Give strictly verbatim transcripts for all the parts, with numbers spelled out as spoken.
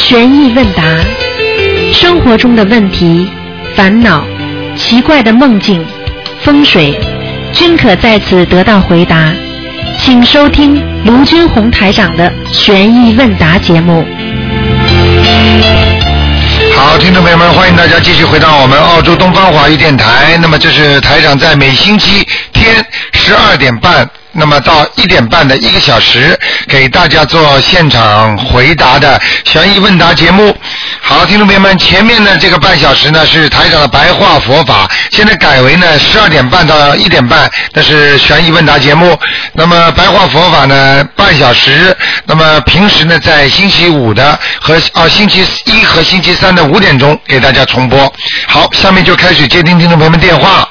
悬疑问答，生活中的问题、烦恼、奇怪的梦境、风水，均可在此得到回答。请收听卢军红台长的悬疑问答节目。 好，听众朋友们，欢迎大家继续回到我们澳洲东方华语电台。那么这是台长在每星期天十二点半那么到一点半的一个小时给大家做现场回答的悬疑问答节目。好，听众朋友们，前面的这个半小时呢是台长的白话佛法，现在改为呢十二点半到一点半，那是悬疑问答节目。那么白话佛法呢半小时，那么平时呢在星期五的和啊星期一和星期三的五点钟给大家重播。好，下面就开始接听听众朋友们电话。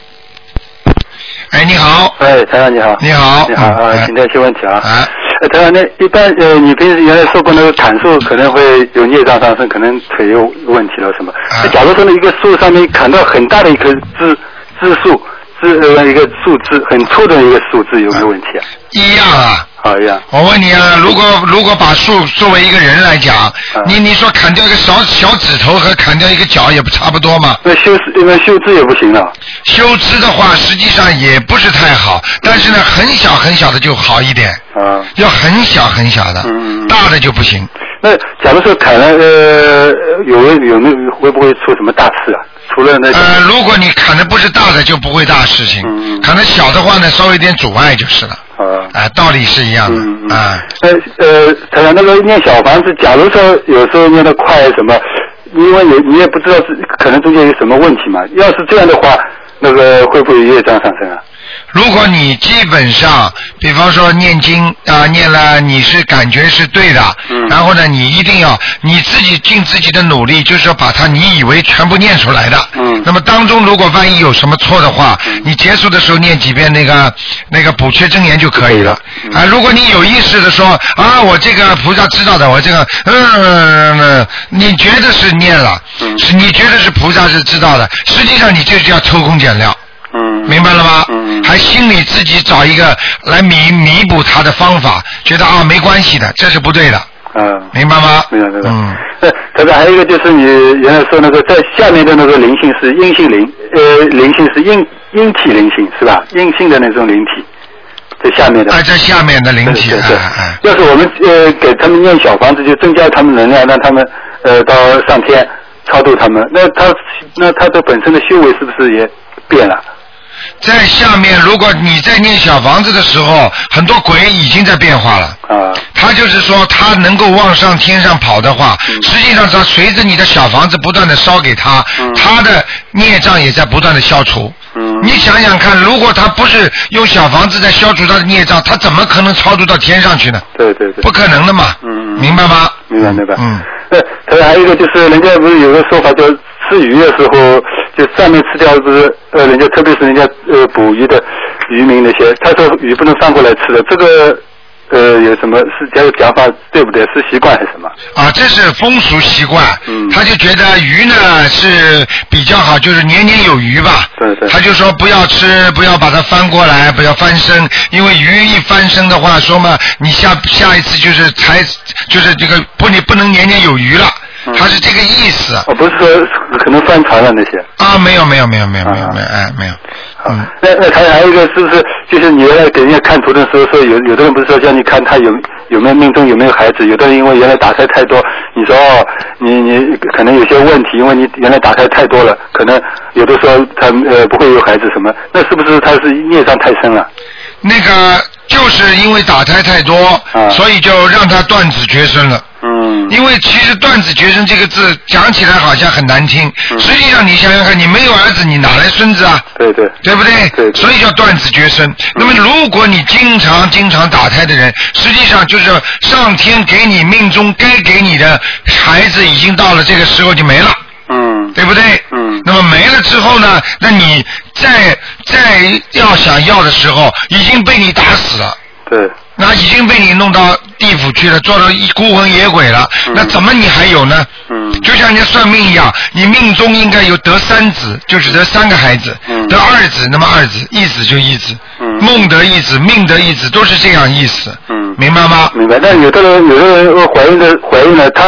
哎，你好。 哎，台长你好。 你好。 你好啊， 哎、 请教一些问题啊。 啊。 呃，台长，那一般呃，你平时原来说过那个砍树可能会有孽障上升，可能腿有问题了什么？啊。假如说呢，一个树上面砍到很大的一棵枝枝树，枝呃一个树枝很粗的一个树枝，有没有问题啊？ 一样啊。 好呀。 我问你啊，如果如果把树作为一个人来讲，啊、你你说砍掉一个小小指头和砍掉一个脚也不差不多吗？ 那修那修枝也不行了。 修枝的话，实际上也不是太好，但是呢，很小很小的就好一点。啊。要很小很小的，嗯、大的就不行。 那假如说砍了呃，有有没有会不会出什么大事啊？除了那呃，如果你砍的不是大的，就不会大事情。嗯、砍的小的话呢，稍微有点阻碍就是了。啊，哎，道理是一样的。嗯、啊。 呃呃，台长，那个念小房子，假如说有时候念得快什么，因为有你也不知道是可能中间有什么问题嘛。要是这样的话，那个会不会业障上升啊？ 如果你基本上，比方说念经啊、呃，念了你是感觉是对的，嗯，然后呢，你一定要你自己尽自己的努力，就是说把它你以为全部念出来的，嗯，那么当中如果万一有什么错的话，嗯、你结束的时候念几遍那个那个补缺真言就可以了。嗯、啊，如果你有意识的说啊，我这个菩萨知道的，我这个嗯、呃，你觉得是念了，嗯，是你觉得是菩萨是知道的，实际上你就是要偷工减料。嗯，明白了吗？嗯，还心里自己找一个来弥弥补他的方法，觉得啊没关系的，这是不对的。嗯，明白吗？ 明白明白。嗯，呃，这个还有一个就是你原来说那个在下面的那个灵性是阴性灵，呃，灵性是阴阴体灵性是吧？阴性的那种灵体，在下面的。 啊，在下面的灵体。对对对。啊啊、 要是我们呃给他们念小房子，就增加他们能量，让他们呃到上天超度他们，那他那他的本身的修为是不是也变了？ 在下面，如果你在念小房子的时候，很多鬼已经在变化了。啊。他就是说，他能够往上天上跑的话，嗯、实际上他随着你的小房子不断的烧给他，嗯、他的孽障也在不断的消除。嗯。你想想看，如果他不是用小房子在消除他的孽障，他怎么可能超度到天上去呢？ 对对对。 不可能的嘛。嗯。明白吗？ 明白明白。嗯。那他还有一个就是，人家不是有个说法叫吃鱼的时候。就上面吃掉不是呃，人家特别是人家呃捕鱼的渔民那些，他说鱼不能翻过来吃的，这个呃有什么是这个讲法对不对？是习惯还是什么？ 啊，这是风俗习惯。嗯。他就觉得鱼呢是比较好，就是年年有余吧。 对对。 他就说不要吃，不要把它翻过来，不要翻身，因为鱼一翻身的话，说嘛你下下一次就是才就是这个不你不能年年有余了。他是这个意思。 哦，不是说可能翻船了那些。 啊，没有没有没有没有没有没有，哎没有。 嗯。那那还还有一个是不是就是你原来给人家看图的时候说有有的人不是说叫你看他有有没有命中有没有孩子，有的人因为原来打胎太多，你说哦你你可能有些问题，因为你原来打胎太多了，可能有的时候他呃不会有孩子什么，那是不是他是孽障太深了？ 那个就是因为打胎太多，啊、所以就让他断子绝孙了。嗯，因为其实断子绝孙这个字讲起来好像很难听，嗯、实际上你想想看，你没有儿子，你哪来孙子啊？ 对对， 对不对？ 对对， 所以叫断子绝孙。嗯、那么如果你经常经常打胎的人，实际上就是上天给你命中该给你的孩子已经到了这个时候就没了。嗯，对不对？嗯。那么没了之后呢？那你再再要想要的时候，已经被你打死了。 对。 那已经被你弄到地府去了，做到孤魂野鬼了。嗯、那怎么你还有呢？嗯。就像人家算命一样，你命中应该有得三子，就是得三个孩子；嗯、得二子，那么二子，一子就一子；嗯、梦得一子，命得一子，都是这样意思。嗯。明白吗？ 明白。但有的人，有的人怀孕的怀孕了，他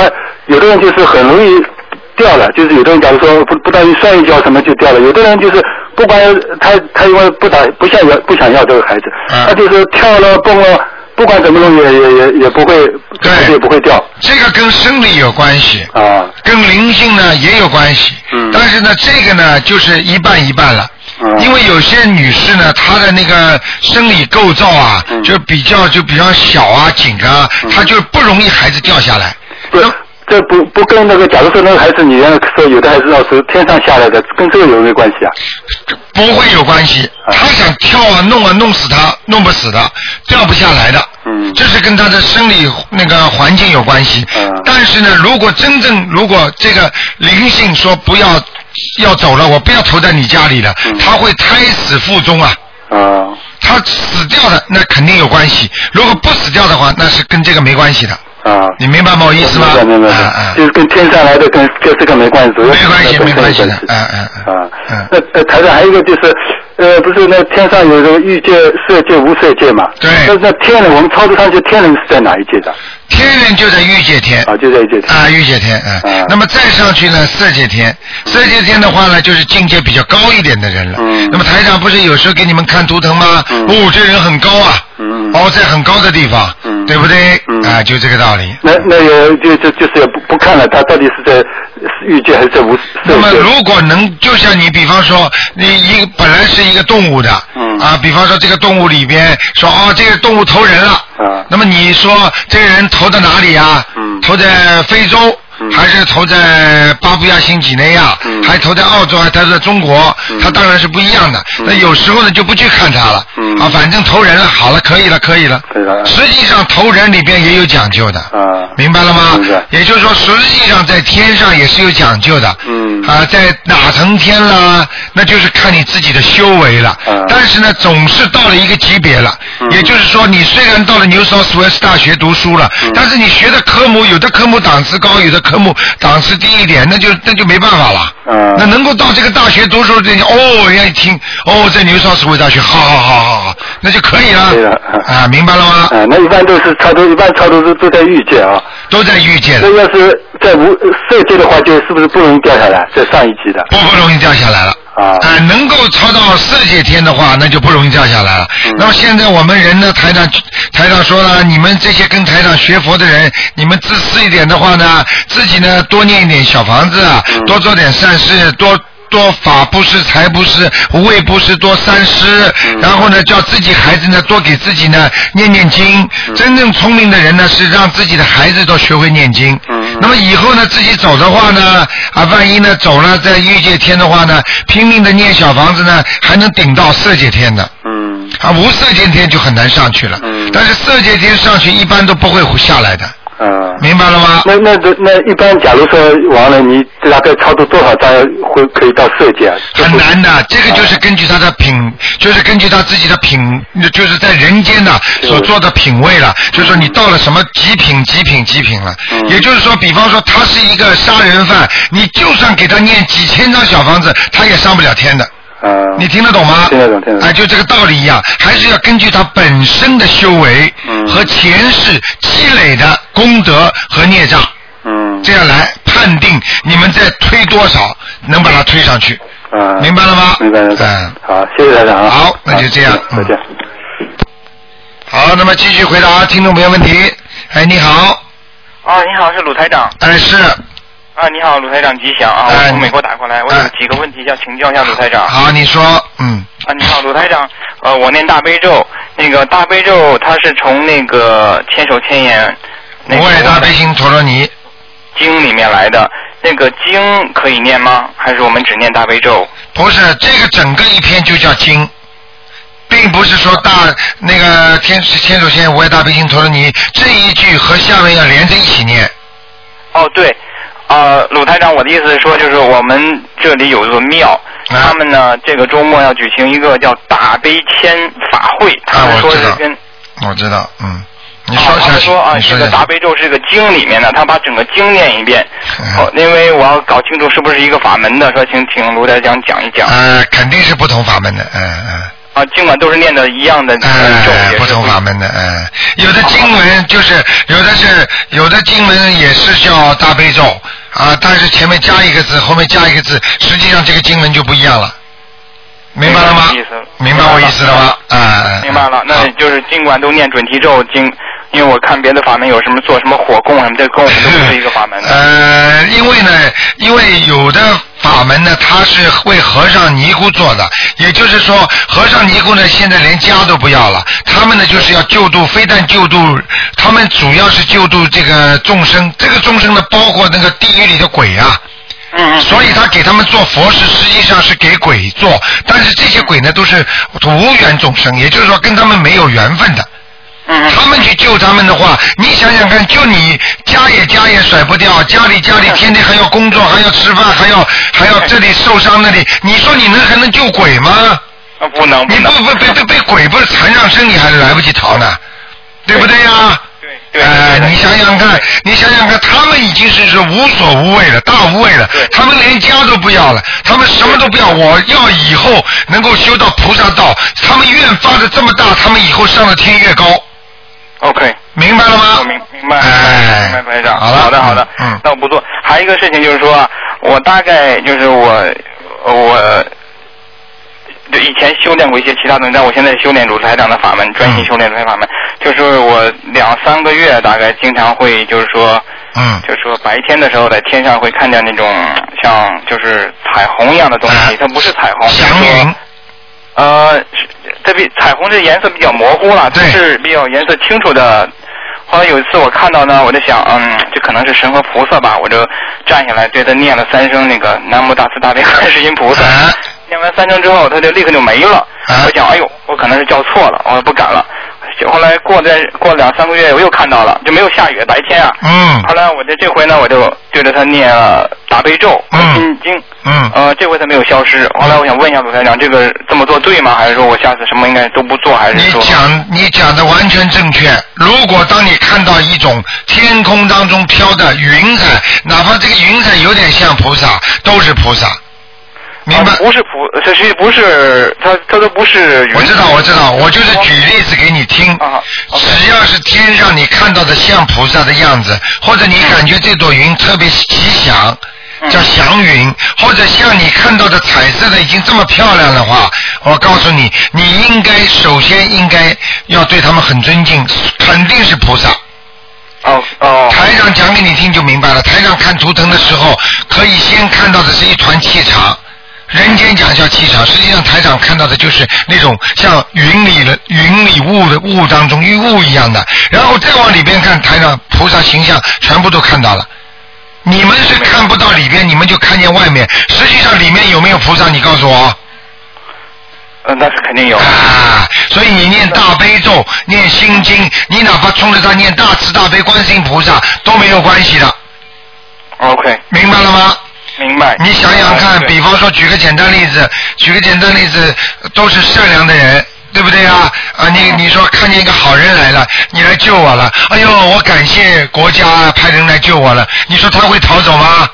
有的人就是很容易掉了，就是有的人假如说不不当于摔一跤什么就掉了，有的人就是不管他他因为不打不想要不想要这个孩子， 嗯、 他就是跳了蹦了。不管怎么弄也也也也不会， 对， 也不会掉。 这个跟生理有关系啊， 跟灵性呢也有关系。 嗯。 但是呢，这个呢就是一半一半了。嗯。因为有些女士呢，她的那个生理构造啊，嗯、就比较就比较小啊、紧啊，嗯、她就不容易孩子掉下来。 不，这不不跟那个，假如说那个孩子你要说有的孩子要是天上下来的，跟这个有没有关系啊？ 不会有关系，他想跳啊弄啊弄死他，弄不死的，掉不下来的。嗯，这是跟他的生理那个环境有关系。嗯，但是呢，如果真正如果这个灵性说不要要走了，我不要投在你家里了，嗯、他会胎死腹中啊。啊，他死掉的那肯定有关系，如果不死掉的话，那是跟这个没关系的。啊，你明白吗？我意思吗？ 明白明白。啊啊，就是跟天上来的，跟跟这个没关系。 没关系，没关系的。嗯嗯嗯。啊嗯。那呃，台长还有一个就是，呃，不是那天上有这个欲界、色界、无色界嘛？ 对。 那那天人，我们操作上去，天人是在哪一界的？ 天人就在欲界天。 啊，就在欲界天。 啊，欲界天，嗯。啊。那么再上去呢，色界天。色界天的话呢，就是境界比较高一点的人了。嗯。那么台长不是有时候给你们看图腾吗？嗯。哦，这人很高啊。嗯。哦，在很高的地方。嗯。对不对？嗯。啊，就这个道理。 那那有就就就是不不看了，他到底是在欲界还是在无色界？ 那么如果能，就像你比方说，你一本来是一个动物的，嗯。啊，比方说这个动物里边说哦，这个动物投人了。啊。那么你说这个人投到哪里啊？嗯。投在非洲。还是投在巴布亚新几内亚，嗯、还投在澳洲，还投在中国，嗯、它当然是不一样的。嗯、那有时候呢就不去看它了，嗯、啊，反正投人了，好了，可以了，可以了。 可以了。 实际上投人里边也有讲究的，啊，明白了吗？明白。也就是说，实际上在天上也是有讲究的，嗯，啊，在哪层天啦，那就是看你自己的修为了。啊、但是呢，总是到了一个级别了，嗯、也就是说，你虽然到了 New South Wales 大学读书了，嗯、但是你学的科目有的科目档次高，有的科目档次低一点，那就那就没办法了。嗯。那能够到这个大学读书，人家哦，人家一听哦，在牛少斯维大学，好好好好好，那就可以了。对了。啊，明白了吗？ 啊，那一般都是超度，一般超度都都在欲界啊。 都在欲界。 那要是在无色界的话，就是不是不容易掉下来，在上一级的。 不不容易掉下来了。啊、呃，能够超到色界天的话，那就不容易掉下来了。嗯、那么现在我们人呢，台长台长说了，你们这些跟台长学佛的人，你们自私一点的话呢，自己呢多念一点小房子，嗯、多做点善事，多。多法布施、财布施、无畏布施，多三施，嗯、然后呢，叫自己孩子呢多给自己呢念念经。嗯、真正聪明的人呢，是让自己的孩子都学会念经。嗯、那么以后呢，自己走的话呢，啊，万一呢走了在欲界天的话呢，拼命的念小房子呢，还能顶到色界天的。嗯。啊，无色界天就很难上去了。嗯。但是色界天上去一般都不会下来的。嗯，明白了吗？ 那那那一般，假如说完了，你大概超度多少张会可以到色界？ 很难的，这个就是根据他的品，啊、就是根据他自己的品，就是在人间的所做的品位了。就是说你到了什么极品、极品、极品了。嗯、也就是说，比方说他是一个杀人犯，你就算给他念几千张小房子，他也上不了天的。啊，你听得懂吗？ 听得懂，听得懂。 哎，就这个道理一样，还是要根据他本身的修为和前世积累的功德和孽障，嗯，这样来判定你们再推多少能把它推上去。啊，明白了吗？ 明白了。嗯，好，谢谢台长啊。 好，那就这样， 再见。 好，那么继续回答听众朋友问题。哎，你好。 啊，你好，是鲁台长。 哎，是。 啊，你好，鲁台长吉祥啊！我从美国打过来，我有几个问题要请教一下鲁台长。 好，你说，嗯。 啊，你好，鲁台长，呃，我念大悲咒，那个大悲咒它是从那个千手千眼，那个无畏大悲心陀罗尼经里面来的，那个经可以念吗？还是我们只念大悲咒？ 不是，这个整个一篇就叫经。并不是说大那个天千手千眼无畏大悲心陀罗尼这一句和下面要连着一起念。 哦，对。呃，鲁台长，我的意思是说，就是我们这里有一个庙，啊、他们呢这个周末要举行一个叫大悲签法会，他们说是跟、 啊、我知道，嗯，你说下去。 他们说啊，这个大悲咒是个经里面的，他把整个经念一遍。哦、嗯，因为我要搞清楚是不是一个法门的，说请请卢台长讲一讲。 呃，肯定是不同法门的，嗯嗯。 啊，尽管都是念的一样的咒， 哎，不同法门的，哎，有的经文就是有的是有的经文也是叫大悲咒啊，但是前面加一个字，后面加一个字，实际上这个经文就不一样了。明白了吗？明白我意思了吗？啊， 明白了。那就是尽管都念准提咒经，因为我看别的法门有什么做什么火供什么，这跟我们都不是一个法门的。 呃，因为呢，因为有的法门呢，它是为和尚尼姑做的，也就是说，和尚尼姑呢，现在连家都不要了，他们呢就是要救度，非但救度，他们主要是救度这个众生，这个众生呢，包括那个地狱里的鬼啊。 嗯， 所以他给他们做佛事，实际上是给鬼做，但是这些鬼呢都是无缘众生，也就是说跟他们没有缘分的。 嗯， 他们去救他们的话，你想想看，就你家也家也甩不掉，家里家里天天还要工作，还要吃饭，还要还要这里受伤那里，你说你能还能救鬼吗？ 啊，不能， 你不不被被被鬼不是缠上身，你还来不及逃呢，对不对呀？ 对， 呃，你想想看，你想想看，他们已经是是无所无畏了，大无畏了，他们连家都不要了，他们什么都不要，我要以后能够修到菩萨道，他们愿发的这么大，他们以后上的天越高。 OK， 明白了吗？ 我明明白， 哎， 明白，排长。 好了， 好的，好的。 嗯， 那我不做。还有一个事情就是说，我大概就是我我。就以前修炼过一些其他东西，但我现在修炼鲁台长的法门，专心修炼鲁台法门。就是我两三个月大概经常会，就是说， 嗯， 就是说白天的时候在天上会看见那种像就是彩虹一样的东西，它不是彩虹， 祥云。 呃，这比彩虹这颜色比较模糊了，它是比较颜色清楚的。后来有一次我看到呢，我就想，嗯，这可能是神和菩萨吧，我就站下来对他念了三声那个南无大慈大悲观世音菩萨。啊，念完三声之后，他就立刻就没了。啊，我想，哎呦，我可能是叫错了，我不敢了。后来过在过两三个月，我又看到了，就没有下雨，白天啊。嗯。后来我这这回呢，我就对着他念大悲咒、心经。嗯。呃，这回他没有消失。后来我想问一下鲁台长，这个这么做对吗？还是说我下次什么应该都不做？还是说？ 你讲你讲的完全正确。如果当你看到一种天空当中飘的云彩，哪怕这个云彩有点像菩萨，都是菩萨。明白、啊？ 不是菩，这是不是？它它都不是云。 我知道，我知道，我就是举例子给你听。啊、只要是天上你看到的像菩萨的样子，或者你感觉这朵云特别吉祥，嗯、叫祥云，或者像你看到的彩色的已经这么漂亮的话，我告诉你，你应该首先应该要对他们很尊敬，肯定是菩萨。 哦哦。 台长讲给你听就明白了。台长看图腾的时候，可以先看到的是一团气场。人间讲叫气场，实际上台长看到的就是那种像云里的云里雾的雾当中云雾一样的，然后再往里边看，台长菩萨形象全部都看到了。你们是看不到里边，你们就看见外面，实际上里面有没有菩萨？你告诉我。 嗯，那是肯定有啊。所以你念大悲咒、念心经，你哪怕冲着他念大慈大悲观世音菩萨都没有关系的。 OK， 明白了吗？ 明白。 你想想看，比方说举个简单例子，举个简单例子，都是善良的人，对不对啊？啊，你你说看见一个好人来了，你来救我了，哎呦，我感谢国家派人来救我了，你说他会逃走吗？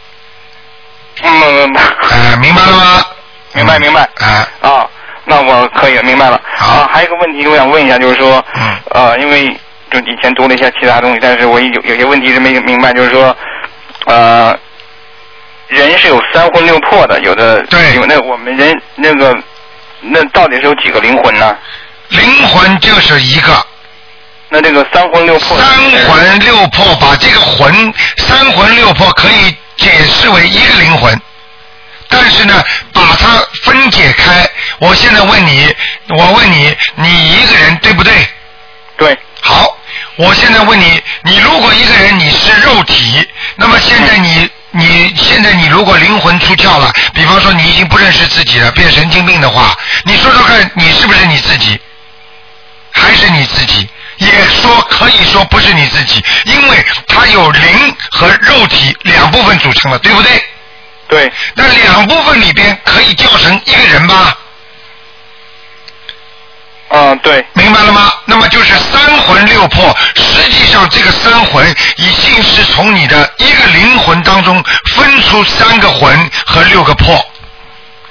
嗯， 哎，明白了吗？ 明白明白。 啊啊，那我可以明白了。啊，还有一个问题我想问一下，就是说，嗯，呃，因为就以前读了一下其他东西，但是我有有些问题是没明白，就是说，呃。人是有三魂六魄的，有的对， 有那我们人那个那到底是有几个灵魂呢？ 灵魂就是一个。 那这个三魂六魄。 三魂六魄，把这个魂三魂六魄可以解释为一个灵魂，但是呢，把它分解开。我现在问你，我问你，你一个人对不对？ 对。 好，我现在问你，你如果一个人你是肉体，那么现在你。嗯你现在你如果灵魂出窍了，比方说你已经不认识自己了，变神经病的话，你说说看，你是不是你自己？还是你自己？也说可以说不是你自己，因为它有灵和肉体两部分组成的，对不对？ 对。 那两部分里边可以叫成一个人吧？ 嗯，对， 明白了吗？那么就是三魂六魄，实际上这个三魂已经是从你的一个灵魂当中分出三个魂和六个魄。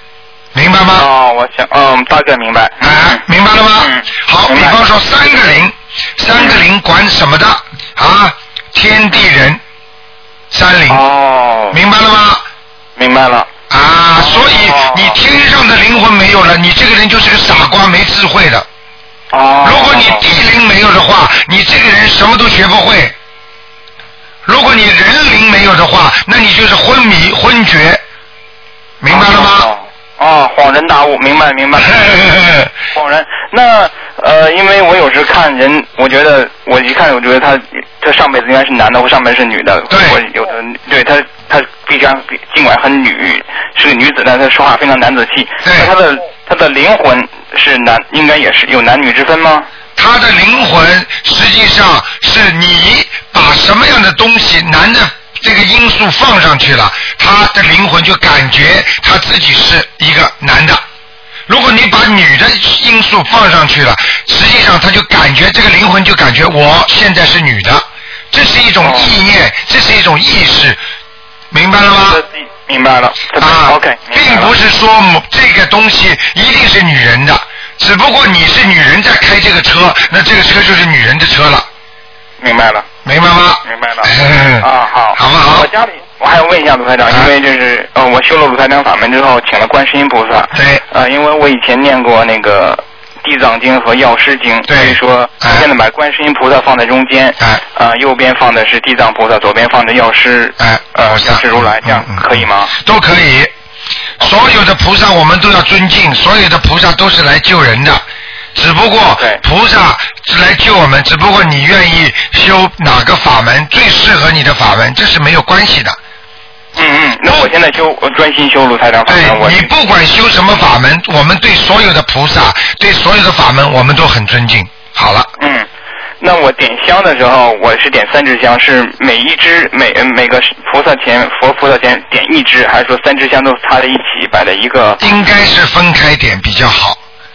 明白吗？ 哦，我想，嗯，大概明白。 哎、啊，明白了吗？ 嗯、 好，比方说三个灵，三个灵管什么的啊？天地人，三灵。 哦。 明白了吗？ 明白了。 啊，所以你天上的灵魂没有了，你这个人就是个傻瓜，没智慧的。 哦。 如果你地灵没有的话，你这个人什么都学不会。如果你人灵没有的话，那你就是昏迷昏厥，明白了吗？ 哦，哦恍然大悟，明白明白。恍然，那呃，因为我有时看人，我觉得我一看，我觉得他他上辈子应该是男的，或上辈子是女的。 对。 我有的对他他必须尽管很女是个女子，但他说话非常男子气。 对。 那他的他的灵魂是男，应该也是有男女之分吗？ 他的灵魂实际上是你把什么样的东西男的这个因素放上去了，他的灵魂就感觉他自己是一个男的。如果你把女的因素放上去了，实际上他就感觉这个灵魂就感觉我现在是女的，这是一种意念，这是一种意识，明白了吗？ 明白了。 啊 ，OK， 并不是说这个东西一定是女人的。只不过你是女人在开这个车，那这个车就是女人的车了。 明白了。 明白吗？ 明白了。啊，好。 好不好？ 我家里，我还要问一下卢台长，啊、因为就是呃，我修了卢台长法门之后，请了观世音菩萨。 对。 呃，因为我以前念过那个地藏经和药师经，所以说现在把观世音菩萨放在中间， 哎、 呃，右边放的是地藏菩萨，左边放着药师， 哎、 呃，药师如来，这样、嗯、可以吗？ 都可以。所有的菩萨我们都要尊敬，所有的菩萨都是来救人的，只不过菩萨是来救我们，只不过你愿意修哪个法门最适合你的法门，这是没有关系的。 嗯嗯，那我现在修，我专心修卢台长法门。 对，你不管修什么法门，我们对所有的菩萨，对所有的法门，我们都很尊敬。好了。 嗯。那我点香的时候，我是点三支香，是每一支每每个菩萨前佛菩萨前点一支，还是说三支香都插在一起摆在一个？ 应该是分开点比较好。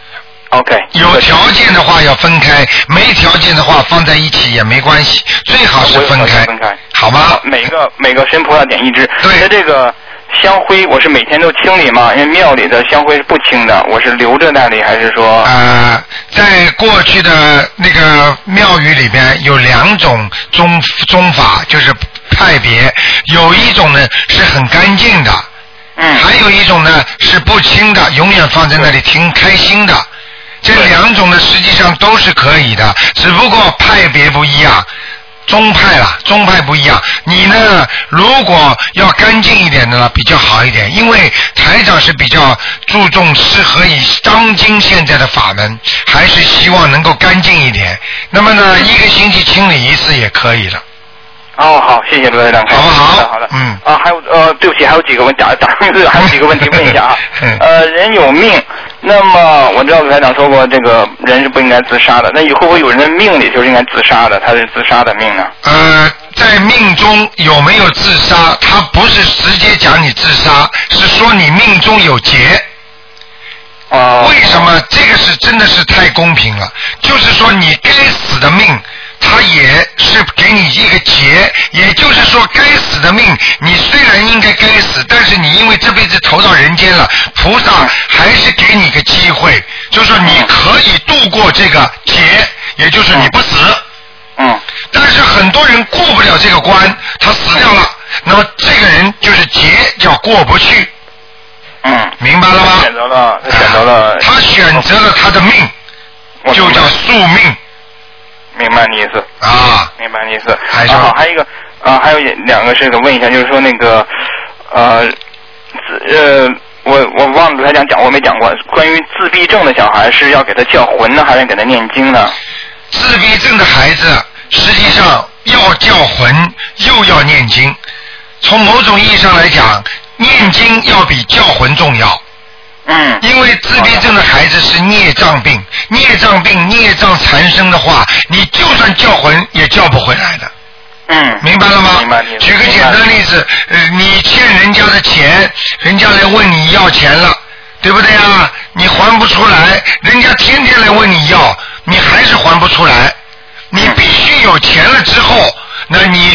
OK。 有条件的话要分开，没条件的话放在一起也没关系，最好是分开。 分开。 好吗？ 每个每个神菩萨点一支。 对。 那这个香灰我是每天都清理吗？因为庙里的香灰是不清的，我是留着那里还是说？ 呃，在过去的那个庙宇里边有两种宗宗法，就是派别，有一种呢是很干净的， 嗯， 还有一种呢是不清的，永远放在那里挺开心的。这两种呢实际上都是可以的，只不过派别不一样。宗派啦，宗派不一样。你呢，如果要干净一点的呢，比较好一点，因为台长是比较注重适合以当今现在的法门，还是希望能够干净一点。那么呢，一个星期清理一次也可以了。 哦，好，谢谢罗台长， 好不好？ 好的，好的， 嗯。 啊，还有呃，对不起，还有几个问题，打打还有几个问题问一下啊。呃，人有命，那么我知道罗台长说过，这个人是不应该自杀的。那会不会有人的命里就是应该自杀的？他是自杀的命呢？ 呃，在命中有没有自杀？他不是直接讲你自杀，是说你命中有劫。 哦。 为什么？这个是真的是太公平了。就是说，你该死的命。他也是给你一个劫，也就是说该死的命，你虽然应该该死，但是你因为这辈子投到人间了，菩萨还是给你个机会，就是说你可以度过这个劫，也就是你不死。 嗯。 但是很多人过不了这个关，他死掉了，那么这个人就是劫叫过不去。 嗯。 明白了吗？ 选择了，他选择了。 啊、他选择了他的命，就叫宿命。 明白你意思啊， 明白你意思。 还啊，还有一个啊，还有两个是问一下，就是说那个呃呃，我我忘了他讲讲过没讲过，关于自闭症的小孩是要给他叫魂呢，还是给他念经呢？ 自闭症的孩子实际上要叫魂，又要念经。从某种意义上来讲，念经要比叫魂重要。 嗯， 因为自闭症的孩子是孽障病，孽障病孽障缠身的话，你就算叫魂也叫不回来的。 嗯， 明白了吗？ 明白。 举个简单的例子，呃，你欠人家的钱，人家来问你要钱了，对不对啊？你还不出来，人家天天来问你要，你还是还不出来。你必须有钱了之后，那你把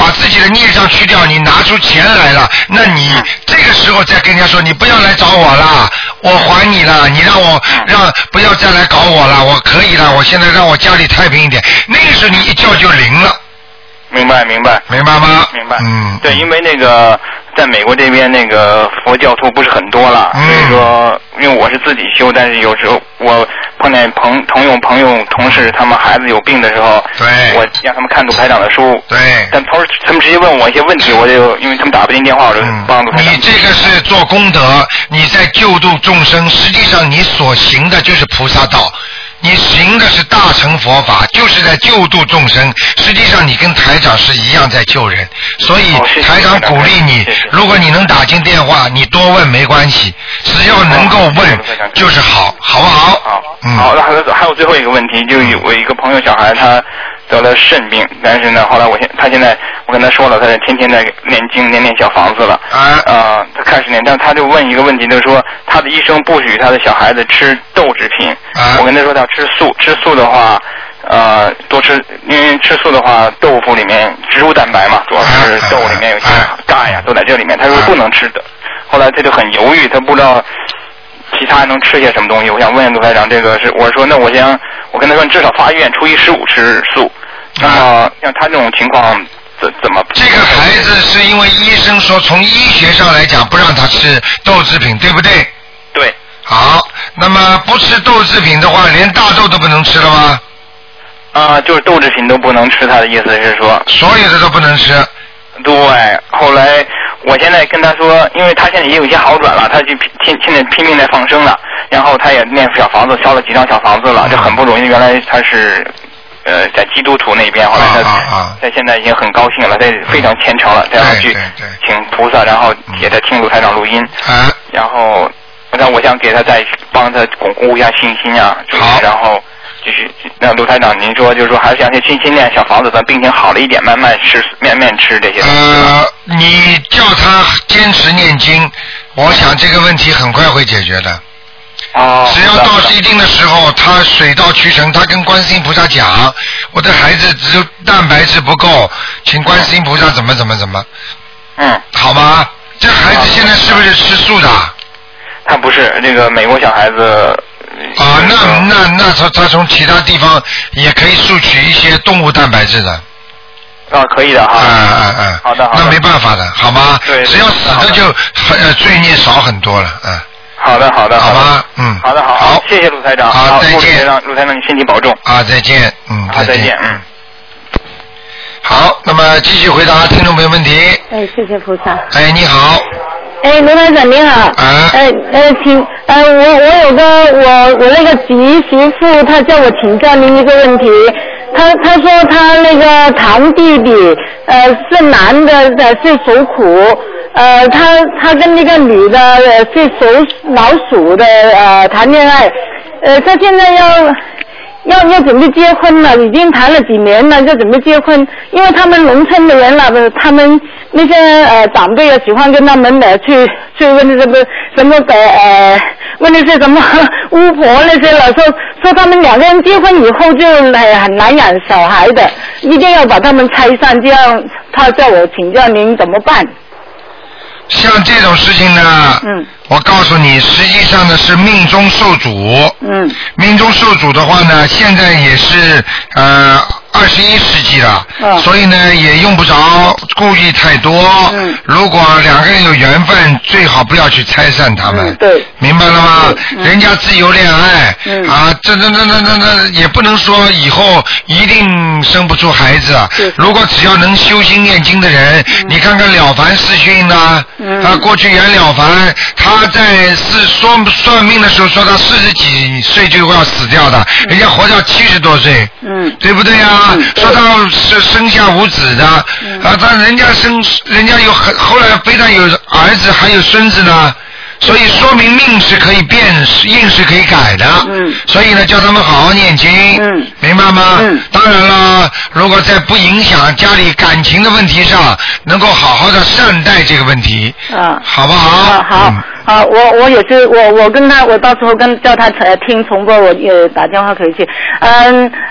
把自己的孽障去掉，你拿出钱来了，那你这个时候再跟人家说，你不要来找我了，我还你了，你让我让不要再来搞我了，我可以了，我现在让我家里太平一点，那个时候你一叫就灵了。 明白明白明白吗？ 明白。 嗯， 对，因为那个在美国这边那个佛教徒不是很多了， 嗯、 所以说因为我是自己修，但是有时候我碰见朋朋友朋友同事他们孩子有病的时候， 对， 我让他们看鲁台长的书， 对， 但同时他们直接问我一些问题，我就因为他们打不进电话，我就帮鲁台长、 嗯。你这个是做功德，你在救度众生，实际上你所行的就是菩萨道。你行的是大乘佛法，就是在救度众生。实际上，你跟台长是一样在救人，所以台长鼓励你，如果你能打进电话，你多问没关系，只要能够问就是好，好不好？ 好， 嗯， 好，那还有还有最后一个问题，就有我一个朋友小孩他得了肾病，但是呢，后来我现他现在我跟他说了，他天天在念经念念小房子了， 啊， 呃，他开始念，但他就问一个问题，就是说他的医生不许他的小孩子吃豆制品， 啊， 我跟他说他吃素，吃素的话，呃，多吃，因为吃素的话，豆腐里面植物蛋白嘛，主要是豆里面有些钙呀，都在这里面，他说不能吃的，后来他就很犹豫，他不知道其他还能吃些什么东西，我想问问卢台长，这个是我说那我想我跟他说，你至少发愿初一十五吃素。那么像他这种情况怎怎么？ 这个孩子是因为医生说从医学上来讲不让他吃豆制品，对不对？ 对。 好，那么不吃豆制品的话，连大豆都不能吃了吗？ 啊、呃，就是豆制品都不能吃，他的意思是说。 所有的都不能吃。 对，后来我现在跟他说，因为他现在也有一些好转了，他就拼现在拼命在放生了，然后他也念小房子，烧了几张小房子了，这很不容易。原来他是。呃，在基督徒那边，后来他在现在已经很高兴了，他非常虔诚了，这样去请菩萨，然后也在听卢台长录音，然后，那我想给他再帮他巩固一下信心啊，然后继续。那卢台长，您说就是说还是想去心心念小房子，等病情好了一点，慢慢吃，慢慢吃这些东西。 呃，你叫他坚持念经，我想这个问题很快会解决的。 哦， 只要到一定的时候，他水到渠成，他跟观世音菩萨讲，我的孩子只有蛋白质不够，请观世音菩萨怎么怎么怎么， 嗯， 好吗？这孩子现在是不是吃素的？ 他不是，这个美国小孩子。 啊，那那那他他从其他地方也可以摄取一些动物蛋白质的。 啊，可以的哈。 嗯嗯嗯。 好的好的。 那没办法的，好吗？ 对。 只要死的就呃罪孽少很多了，嗯。 好的，好的， 好吧，嗯， 好的，好， 好， 谢谢卢台长， 好，再见， 卢台长，你身体保重， 啊，再见，嗯， 好，再见，嗯， 好，那么继续回答听众朋友问题。 哎，谢谢菩萨。 哎，你好。 哎，卢台长您好。 啊。 呃呃，请呃，我我有个我我那个侄媳妇，她叫我请教您一个问题。他他说他那个堂弟弟呃是男的，呃是属虎，呃他他跟那个女的呃是属老鼠的呃谈恋爱，呃他现在要要要准备结婚了，已经谈了几年了，就准备结婚，因为他们农村的人了，他们那些呃长辈啊喜欢跟他们呃去去问什么什么的呃问那些什么巫婆那些了，说说他们两个人结婚以后就呃很难养小孩的，一定要把他们拆散，这样他叫我请教您怎么办？ 像这种事情呢， 嗯， 我告诉你，实际上呢是命中受主， 嗯， 命中受主的话呢，现在也是呃二十一世纪了， 嗯， 所以呢也用不着顾虑太多。 嗯， 如果两个人有缘分，最好不要去拆散他们。 嗯、对， 明白了吗？ 嗯、 人家自由恋爱， 嗯、 啊，这这这这这这也不能说以后一定生不出孩子。如果只要能修心念经的人， 嗯、 你看看了凡四训呐， 嗯、 啊，过去袁了凡，他在是说算命的时候说他四十几岁就要死掉的，嗯、人家活到七十多岁， 嗯， 对不对呀？ 嗯、 说到是生下无子的， 嗯、 啊，但人家生，人家有很后来非常有儿子还有孙子呢。所以说明命是可以变，运是可以改的。 嗯。 所以呢，叫他们好好念经。 嗯。 明白吗？ 嗯。 当然了，如果在不影响家里感情的问题上，能够好好的善待这个问题。 啊。 好不好？ 啊，好。嗯、啊，我我也是，我我跟他，我到时候跟叫他呃听重播，我也打电话回去。嗯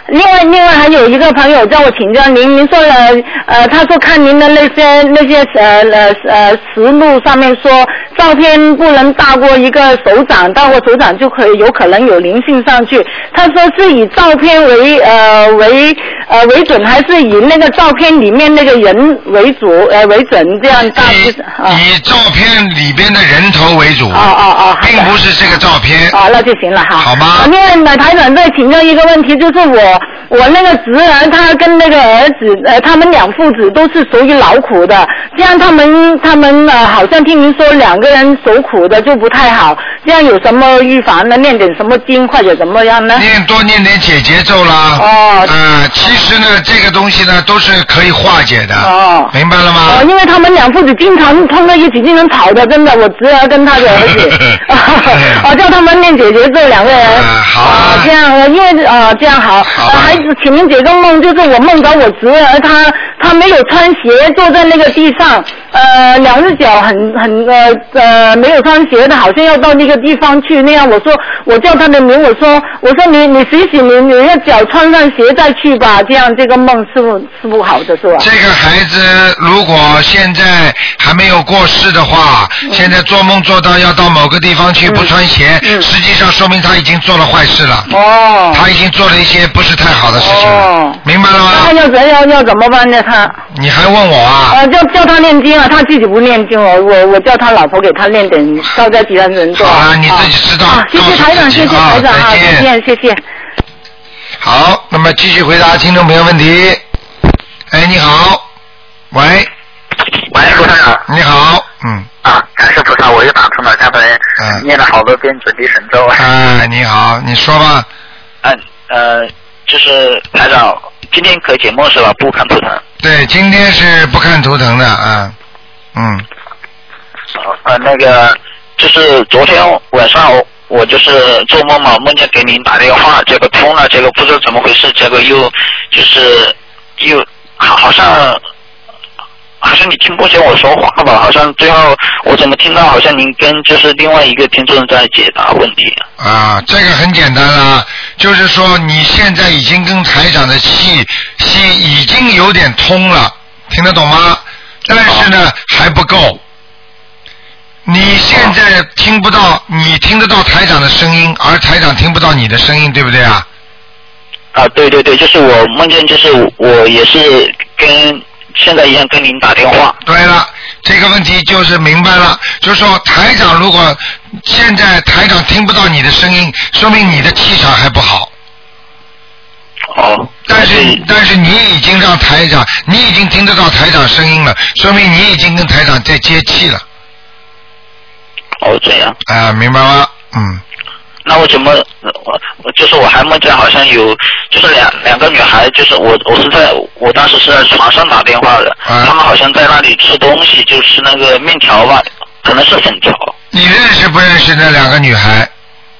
另外另外还有一个朋友叫我请教您，您说了呃，他说看您的那些那些呃呃呃实录上面说照片不能大过一个手掌，大过手掌就可以有可能有灵性上去。他说是以照片为呃为呃为准，还是以那个照片里面那个人为主呃为准这样大致？ 以以照片里边的人头为主。 哦哦哦， 并不是这个照片。 哦，那就行了哈。 好吗？ 另外呢，台长再请教一个问题，就是我我那个侄儿他跟那个儿子呃，他们两父子都是属于劳苦的，这样他们他们呃，好像听您说两个人受苦的就不太好，这样有什么预防呢？念点什么经或者怎么样呢？ 念多念点解结咒啦。 哦。 呃，其实呢，这个东西呢都是可以化解的。 哦。 明白了吗？ 哦，因为他们两父子经常碰到一起，经常吵的，真的，我侄儿跟他的儿子，哦，叫他们念解结咒两个人。 啊，好啊。 啊，这样，因为啊，这样好。好。还请您解个梦，就是我梦到我侄儿他他没有穿鞋，坐在那个地上，呃，两只脚很很呃呃没有穿鞋的，好像要到那个地方去那样。我说我叫他的名，我说我说你你洗洗你你要脚穿上鞋再去吧，这样这个梦是不是不好的是吧？ 这个孩子如果现在还没有过世的话，嗯、现在做梦做到要到某个地方去不穿鞋，嗯嗯、实际上说明他已经做了坏事了。哦。他已经做了一些不是太好的事情了。哦。明白了吗？ 那要怎要要怎么办呢？他。 你还问我啊？ 呃，叫叫他念经啊，他自己不念经哦，我我叫他老婆给他念点消灾吉祥神咒。 好啊，你自己知道。 啊，谢谢台长，谢谢台长啊，再见，谢谢。 好，那么继续回答听众朋友问题。哎，你好，喂， 喂，卢台长。 你好，嗯。 啊，感谢菩萨，我又打通了，刚才嗯念了好多遍准提神咒。 哎，你好，你说吧。 嗯呃，就是台长，今天可以解梦是吧？不看图腾。 对，今天是不看图腾的啊，嗯。 呃，那个就是昨天晚上我我就是做梦嘛，梦见给您打电话，结果通了，结果不知道怎么回事，结果又就是又好好像好像你听不见我说话吧，好像最后我怎么听到好像您跟就是另外一个听众在解答问题。 啊，这个很简单啦，就是说你现在已经跟台长的气气已经有点通了，听得懂吗？但是呢、哦、还不够。你现在听不到，你听得到台长的声音，而台长听不到你的声音，对不对啊？ 啊，对对对，就是我梦见，就是我也是跟现在一样跟您打电话。 对了，这个问题就是明白了，就是说台长如果现在台长听不到你的声音，说明你的气场还不好。 哦。 但是但是你已经让台长，你已经听得到台长声音了，说明你已经跟台长在接气了。 哦，这样。 啊，明白吗？嗯。 那我怎么，我就是我还梦见好像有，就是两两个女孩，就是我我是在我当时是在床上打电话的，啊、他们好像在那里吃东西，就吃那个面条吧，可能是粉条。 你认识不认识那两个女孩？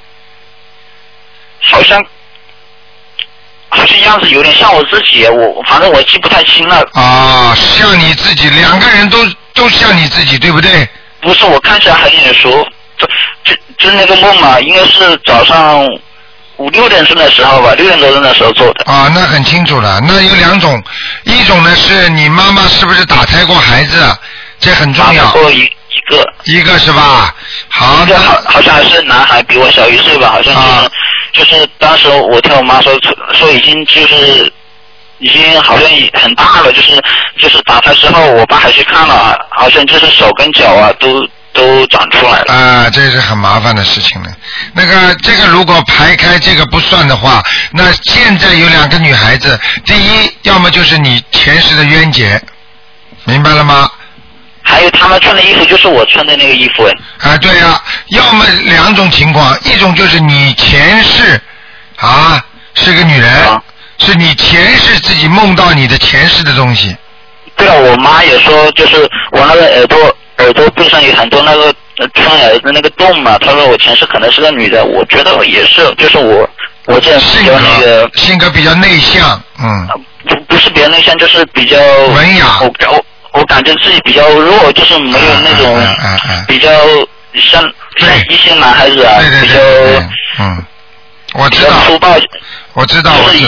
好像。好像样子有点像我自己，我反正我记不太清了。 啊，像你自己，两个人都都像你自己，对不对？ 不是，我看起来还有点熟，就就就那个梦嘛，应该是早上五六点钟的时候吧，六点多钟的时候做的。 啊，那很清楚了。那有两种，一种呢是你妈妈是不是打胎过孩子，这很重要。 打过一一个。一个是吧？好。 一个好好像还是男孩，比我小一岁吧，好像就是、啊、就是当时我听我妈说说已经就是。已经好像很大了，就是就是打胎之后，我爸还去看了，好像就是手跟脚啊都都长出来了。 啊，这是很麻烦的事情了。那个这个如果排开这个不算的话，那现在有两个女孩子，第一要么就是你前世的冤结，明白了吗？ 还有他们穿的衣服就是我穿的那个衣服哎。啊，对呀、啊，要么两种情况，一种就是你前世啊是个女人。啊，是你前世自己梦到你的前世的东西。 对啊，我妈也说，就是我那个耳朵耳朵背上有很多那个穿耳的那个洞嘛。她说我前世可能是个女的，我觉得也是，就是我我这样比较那个性格比较内向，嗯， 不不是比较内向，就是比较文雅。 我我我感觉自己比较弱，就是没有那种比较像像一些男孩子啊， 对对对比较嗯，我知道， 粗暴。 我知道，我知道，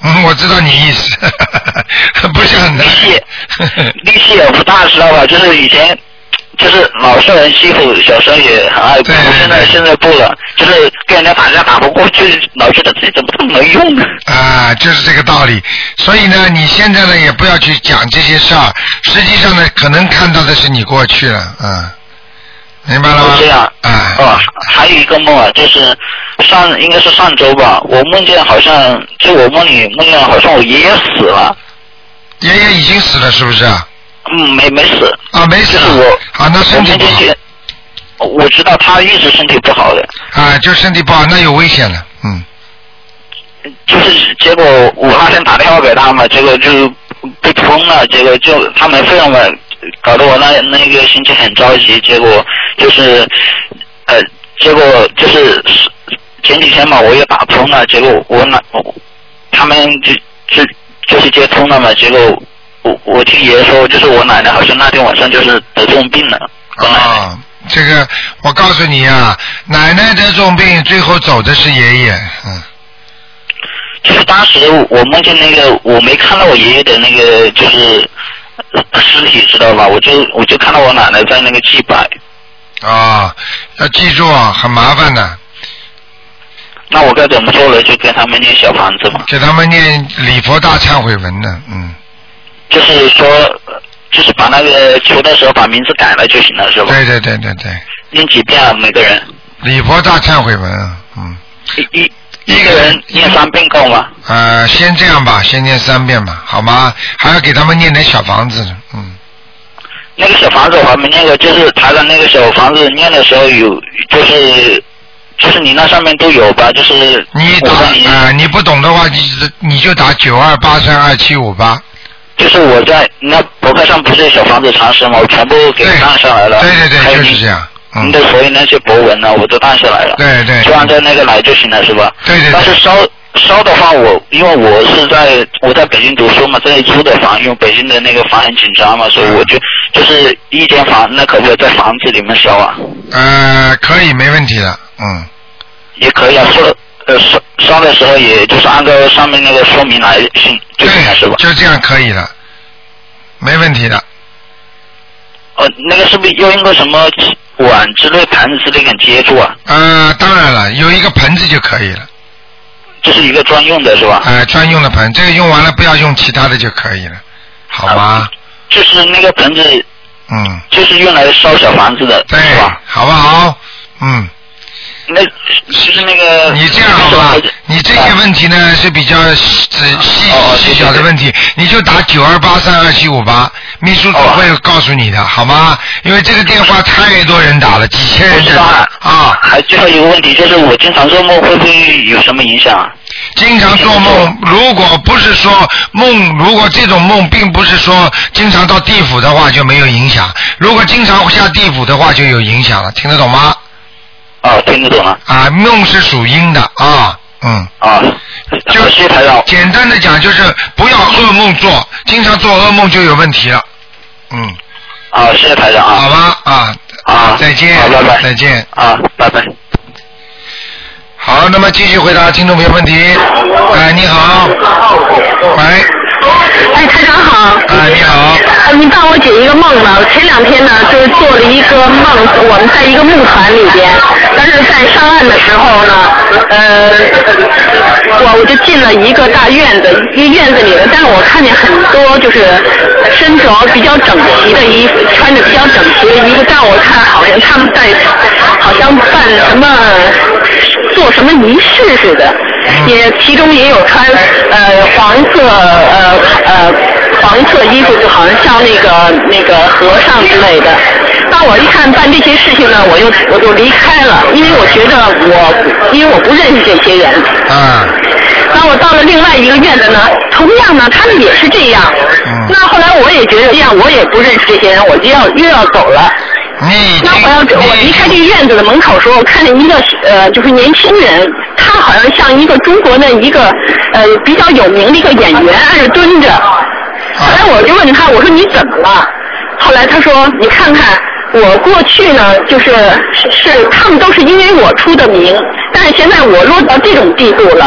嗯，我知道你意思，不是很难。 力气，力气也不大，知道吧？就是以前。就是老受人欺负，小时候也很爱哭，现在现在不了，就是跟人家打架打不过去，老觉得自己怎么这么没用呢？ 啊，就是这个道理。所以呢，你现在呢也不要去讲这些事儿，实际上呢，可能看到的是你过去了，嗯，明白了吗？ 这样， 啊， 哦，还有一个梦啊，就是上应该是上周吧，我梦见好像就我梦里梦见好像我爷爷死了。 爷爷已经死了，是不是？ 嗯，没没死啊，没死。 就是我啊，那身体不好。 我知道他一直身体不好的。 啊，就身体不好，那有危险了，嗯。 就是结果我那天打电话给他们，结果就被封了，结果就他们非常的搞得我那那个心情很着急，结果就是呃，结果就是前几天嘛，我也打通了，结果我那他们就就就是接通了嘛，结果。我我听爷爷说，就是我奶奶好像那天晚上就是得重病了。 啊，这个我告诉你啊，奶奶得重病，最后走的是爷爷，嗯。 就是当时我梦见那个，我没看到我爷爷的那个就是尸体，知道吧？我就我就看到我奶奶在那个祭拜。 啊，要记住啊，很麻烦的。 那我该怎么做呢？就给他们念小房子嘛。 给他们念礼佛大忏悔文呢，嗯。 就是说，就是把那个求的时候把名字改了就行了，是吧？ 对对对对对。 念几遍啊？每个人？ 礼佛大忏悔文，嗯。 一一一个人念三遍够吗？ 呃，先这样吧，先念三遍吧，好吗？还要给他们念点小房子，嗯。 那个小房子我还没念过，就是他的那个小房子念的时候有，就是就是你那上面都有吧？就是你打啊、呃，你不懂的话，你你就打九二八三二七五八。 就是我在那博客上不是小房子常识吗？我全部给按下来了。 对对对， 还有就是这样。 您的所有那些博文呢，我都按下来了。 对对。 就按照那个来就行了，是吧？ 对对对。 但是烧烧的话，我因为我是在我在北京读书嘛，这里租的房，因为北京的那个房很紧张嘛，所以我就就是一间房，那可不可以在房子里面烧啊？ 呃，可以，没问题的，嗯。 也可以啊，说。呃，烧烧的时候，也就是按照上面那个说明来信就行了，是吧？ 就这样可以了，没问题的。 呃，那个是不是用一个什么碗之类、盘子之类给接住啊？ 呃，当然了，有一个盆子就可以了。 这是一个专用的是吧？ 哎、呃，专用的盆，这个用完了不要用其他的就可以了，好吗？ 啊、就是那个盆子， 嗯， 就是用来烧小房子的， 对， 是吧？ 好不好？嗯。 那就是那个你这样好吧？你这些问题呢、啊、是比较细细细小的问题，你就打九二八三二七五八，秘书组会告诉你的，好吗？因为这个电话太多人打了，几千人在打啊。 还最后一个问题就是，我经常做梦会不会有什么影响啊？ 经常做梦，如果不是说梦，如果这种梦并不是说经常到地府的话就没有影响，如果经常下地府的话就有影响了，听得懂吗？ 啊，听得懂了。 啊，梦是属阴的啊，嗯。 啊， 就谢台长。 简单的讲就是不要噩梦做，经常做噩梦就有问题了。嗯。 啊，谢谢台长啊。 好吧，啊。 啊。 再见。 好，拜拜。 再见。 啊，拜拜。 好，那么继续回答听众朋友问题。哎，你好。喂。 哎，台长好。 哎，你好。 呃，你帮我解一个梦吧。我前两天呢，就是做了一个梦，我们在一个木船里边，但是在上岸的时候呢，呃，我我就进了一个大院子，一个院子里的，但是我看见很多就是身着比较整齐的衣服，穿着比较整齐的衣服，但我看好像他们在好像办什么做什么仪式似的。也其中也有穿呃黄色呃呃黄色衣服，就好像像那个那个和尚之类的。当我一看办这些事情呢，我又我就离开了，因为我觉得我因为我不认识这些人。 啊。 当我到了另外一个院子呢，同样呢，他们也是这样。嗯。那后来我也觉得这样，我也不认识这些人，我就要又要走了。 你那我要我离开这个院子的门口的时候，我看见一个呃，就是年轻人，他好像像一个中国的一个呃比较有名的一个演员，在那蹲着。后来我就问他，我说你怎么了？后来他说，你看看我过去呢，就是是他们都是因为我出的名，但是现在我落到这种地步了。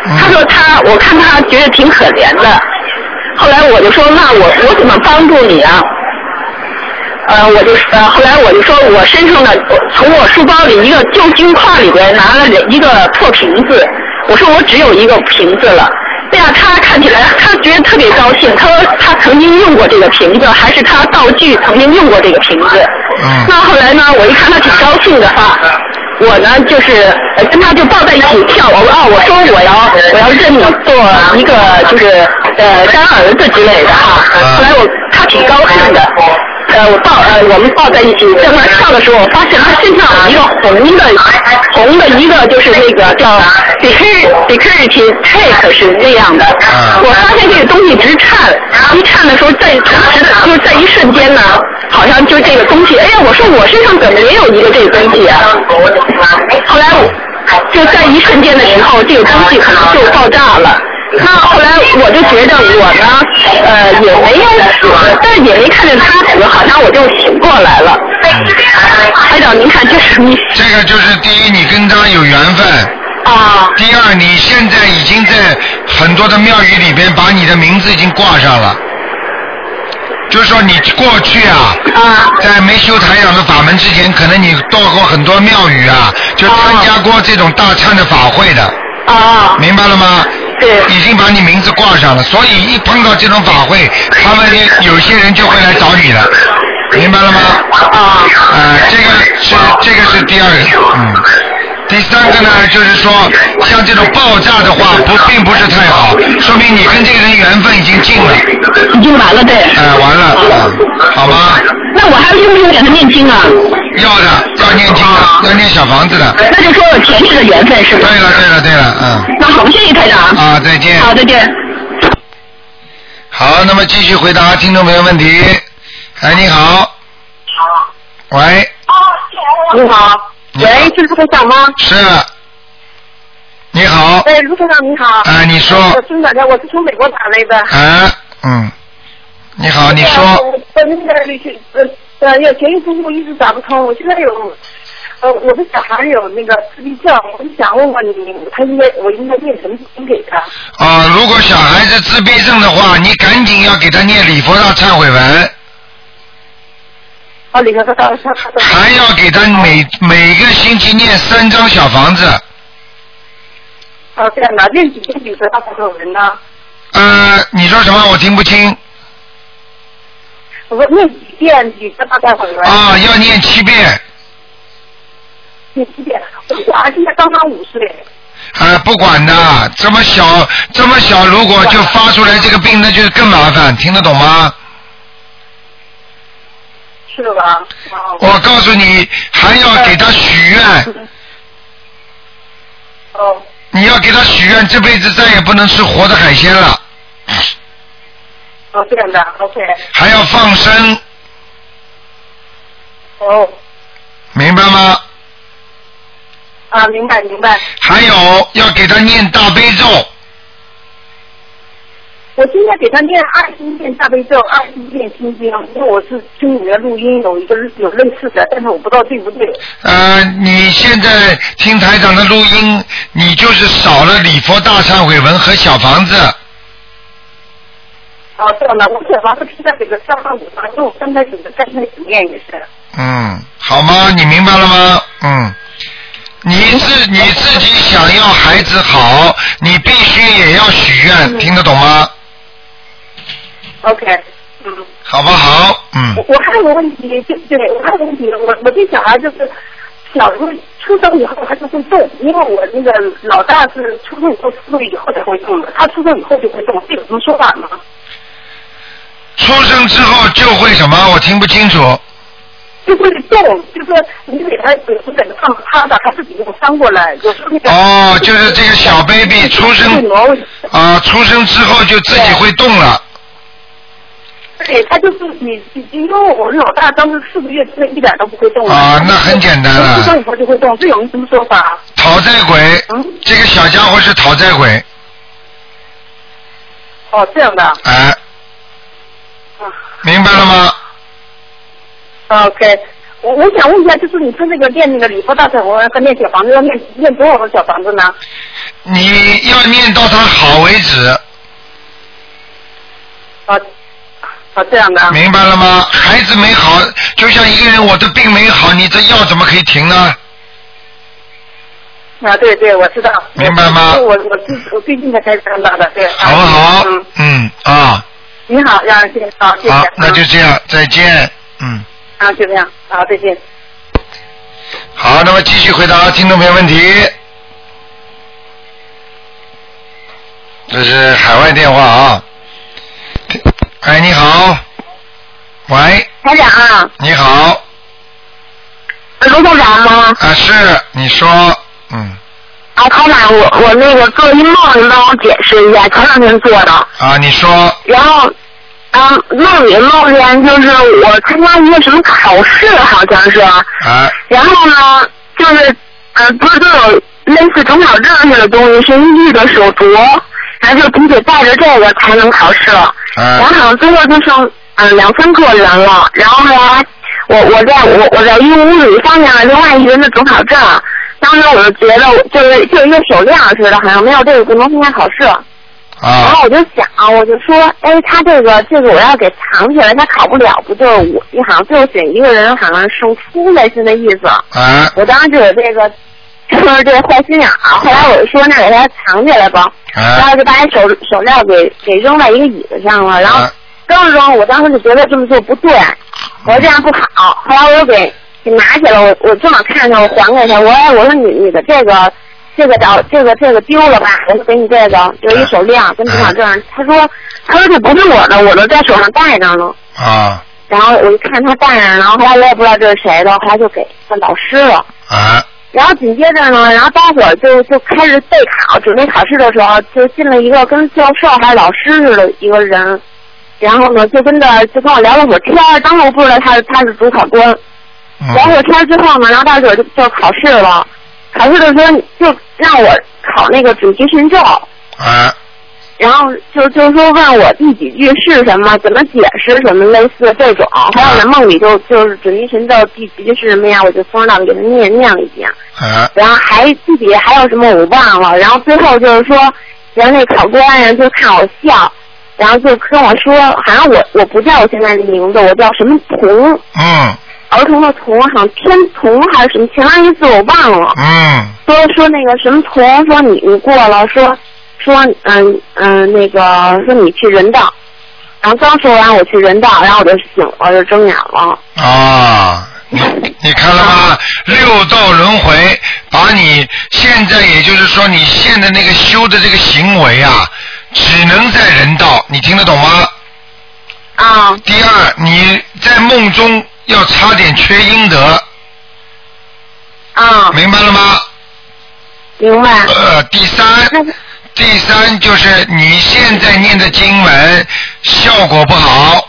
他说他，我看他觉得挺可怜的。后来我就说，那我我怎么帮助你啊？呃，我就呃，后来我就说我身上的，从我书包里一个旧军挎里边拿了一个破瓶子，我说我只有一个瓶子了。这样他看起来他觉得特别高兴，他说他曾经用过这个瓶子，还是他道具曾经用过这个瓶子。 嗯。 那后来呢，我一看他挺高兴的话，我呢就是跟他就抱在一起跳，我啊我说我要我要认你做一个就是呃干儿子之类的哈。后来我他挺高兴的。呃，我抱呃，我们抱在一起在那跳的时候，我发现他身上有一个红的红的一个就是那个叫 security tape 是那样的。我发现这个东西直颤，一颤的时候，在同时的就是在一瞬间呢，好像就这个东西，哎呀，我说我身上怎么也有一个这个东西啊？后来就在一瞬间的时候，这个东西可能就爆炸了。那后来我就觉得我呢，呃，也没有死，但是也没看见他死，好像我就醒过来了。台长，您看这是你。 这个就是第一，你跟他有缘分。 啊。 第二，你现在已经在很多的庙宇里边把你的名字已经挂上了。就是说你过去啊， 啊在没修台长的法门之前，可能你到过很多庙宇啊，就参加过这种大忏的法会的。 啊。 明白了吗？已经把你名字挂上了，所以一碰到这种法会，他们有些人就会来找你了，明白了吗？ 啊。 啊，这个是这个是第二个，嗯。第三个呢，就是说像这种爆炸的话，不并不是太好，说明你跟这个人缘分已经尽了。 已经完了，对。 哎，完了，嗯，好吗？ 那我还用不用给他念经啊？ 要的，要念经的，要念小房子的。 那就说有前世的缘分是吧？ 对了，对了，对了，嗯。 那好，谢谢台长。 啊，再见。 好，再见。 好，那么继续回答听众朋友问题。哎，你好。喂。 你好。喂，是卢台长吗？ 是。你好。 哎，卢台长你好。 哎，你说。 我听打的，我是从美国打来的。 哎，嗯。你好，你说。 我那个旅行呃呃，要前一通我一直打不通，我现在有呃我的小孩有那个自闭症，我就想问问你，他应该我应该念什么经给他？ 啊，如果小孩子自闭症的话，你赶紧要给他念礼佛大忏悔文。 哦，礼佛大忏悔文。 还要给他每每个星期念三张小房子。 哦，这样的，念几遍礼佛大忏悔文呢？ 呃，你说什么？我听不清。 我说念几遍礼佛大忏悔文？ 啊，要念七遍。 念七遍，我小孩现在刚刚五岁。 啊，不管的，这么小，这么小，如果就发出来这个病，那就更麻烦，听得懂吗？ 是吧？ 我告诉你，还要给他许愿。 哦。 你要给他许愿，这辈子再也不能吃活的海鲜了。 哦，这样的 ，OK。 还要放生。 哦。 明白吗？ 啊，明白明白。 还有要给他念大悲咒。 我现在给他念二十一遍大悲咒，二十一遍心经，因为我是听你的录音有一个有类似的，但是我不知道对不对。 呃，你现在听台长的录音，你就是少了礼佛大忏悔文和小房子。 哦，这样的，我小房子现在给个三万五张，因为我刚开始的刚开始念也是。 嗯，好吗？你明白了吗？嗯。你自你自己想要孩子好，你必须也要许愿，嗯、听得懂吗 ？OK， 嗯。 好不好？嗯。 我我还有个问题，对对，我还有个问题，我我这小孩就是小时候出生以后他就会动，因为我那个老大是出生以后四岁以后才会动的，他出生以后就会动，这有什么说法吗？ 出生之后就会什么？我听不清楚。 就会动，就是你给他有时在那放趴着，他自己就翻过来，有时候那个。 哦，就是这个小 baby 出生啊，出生之后就自己会动了。 对，他就是你，因为我老大当时四个月之内一点都不会动。 啊，那很简单了。 出生以后就会动，这有什么说法？ 讨债鬼，嗯，这个小家伙是讨债鬼。 哦，这样的。 哎。明白了吗？ OK， 我我想问一下，就是你说那个念那个礼佛大忏悔文和念小房子要念念多少个小房子呢？ 你要念到他好为止。 啊啊，这样的。 明白了吗？孩子没好，就像一个人我的病没好，你这药怎么可以停呢？ 啊，对对，我知道。 明白吗？ 我我最我最近才才看到的，对。 好不好？ 嗯嗯啊。 你好，让谢谢，好，谢谢。 好，那就这样，再见。嗯。 啊，就这样，好，再见。 好，那么继续回答听众朋友问题。这是海外电话啊。哎，你好。喂。 台长啊。 你好。 卢台长吗？ 啊，是，你说，嗯。 啊，台长，我我那个做一梦，你帮我解释一下，前两天做的。 啊，你说。 然后。啊，梦里梦见就是我参加一个什么考试，好像是。啊。然后呢，就是呃，不是都有类似中考证似的东西，是一玉的手镯，然后就必须带着这个才能考试。啊。然后好像最后就剩嗯、呃、两三个人了，然后后来我我在我我在一屋里发现了另外一个人的中考证，当时我就觉得就是就一个手链似的，好像没有这个不能参加考试。 啊、 然后我就想，我就说，哎，他这个这个我要给藏起来，他考不了，不就是我好像最后选一个人，好像胜出类似那意思。 啊。 我当时就有这个，就是这坏心眼儿。后来我就说，那给他藏起来吧。啊。然后就把手手链给给扔在一个椅子上了，然后刚扔，我当时就觉得这么做不对，我说这样不好。后来我又给给拿起来，我我正好看见，我还给他，我说我说你你的这个。这个找这个这个丢了吧？我就给你这个，就是一手链跟中考证。他说他说这不是我的，我都在手上戴着呢。 啊。 然后我一看他戴着，然后后来我也不知道这是谁的，后来就给他老师了。 啊。 然后紧接着呢，然后待会儿就就开始备考，准备考试的时候，就进了一个跟教授还是老师似的一个人，然后呢就跟着就跟我聊了会儿天，当时我不知道他是他是主考官。 嗯、 聊会儿天之后呢，然后到这就就考试了。考试的时候就让我考那个准提神咒， 啊， 然后就就说问我第几句是什么，怎么解释什么，类似这种。后来我在梦里就就是准提神咒第几句是什么呀，我就从头到尾给他念念了一遍。 啊， 然后还具体还有什么我忘了，然后最后就是说，然后那考官人就看我笑，然后就跟我说，好像我我不叫我现在的名字，我叫什么童。 嗯。 儿童的童，好像天童还是什么，前面一字我忘了。 嗯。 说说那个什么童，说你你过了，说说嗯嗯那个说你去人道，然后刚说完我去人道，然后我就醒了，就睁眼了。 啊，你你看了吗？六道轮回，把你现在也就是说你现在那个修的这个行为啊，只能在人道，你听得懂吗？ 啊。 第二，你在梦中。要差点缺阴德啊， 明白了吗？ 明白。 呃，第三，第三就是你现在念的经文效果不好。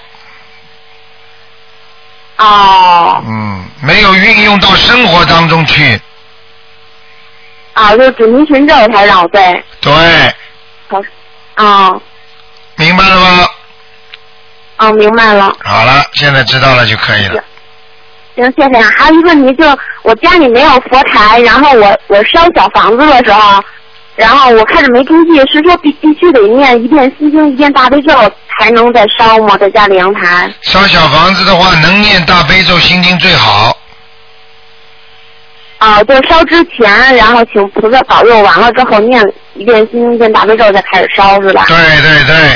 哦。 嗯，没有运用到生活当中去。 啊，就准提神咒才让我背。 对。 好。啊。 明白了吗？ 哦，明白了。 好了，现在知道了就可以了。 行，谢谢。还有一个问题，就是我家里没有佛台，然后我我烧小房子的时候，然后我看着没注意，是说必必须得念一遍心经一遍大悲咒才能再烧吗？在家里阳台。 烧小房子的话，能念大悲咒心经最好。 啊，就烧之前，然后请菩萨保佑，完了之后念一遍心经一遍大悲咒再开始烧，是吧？ 对对对。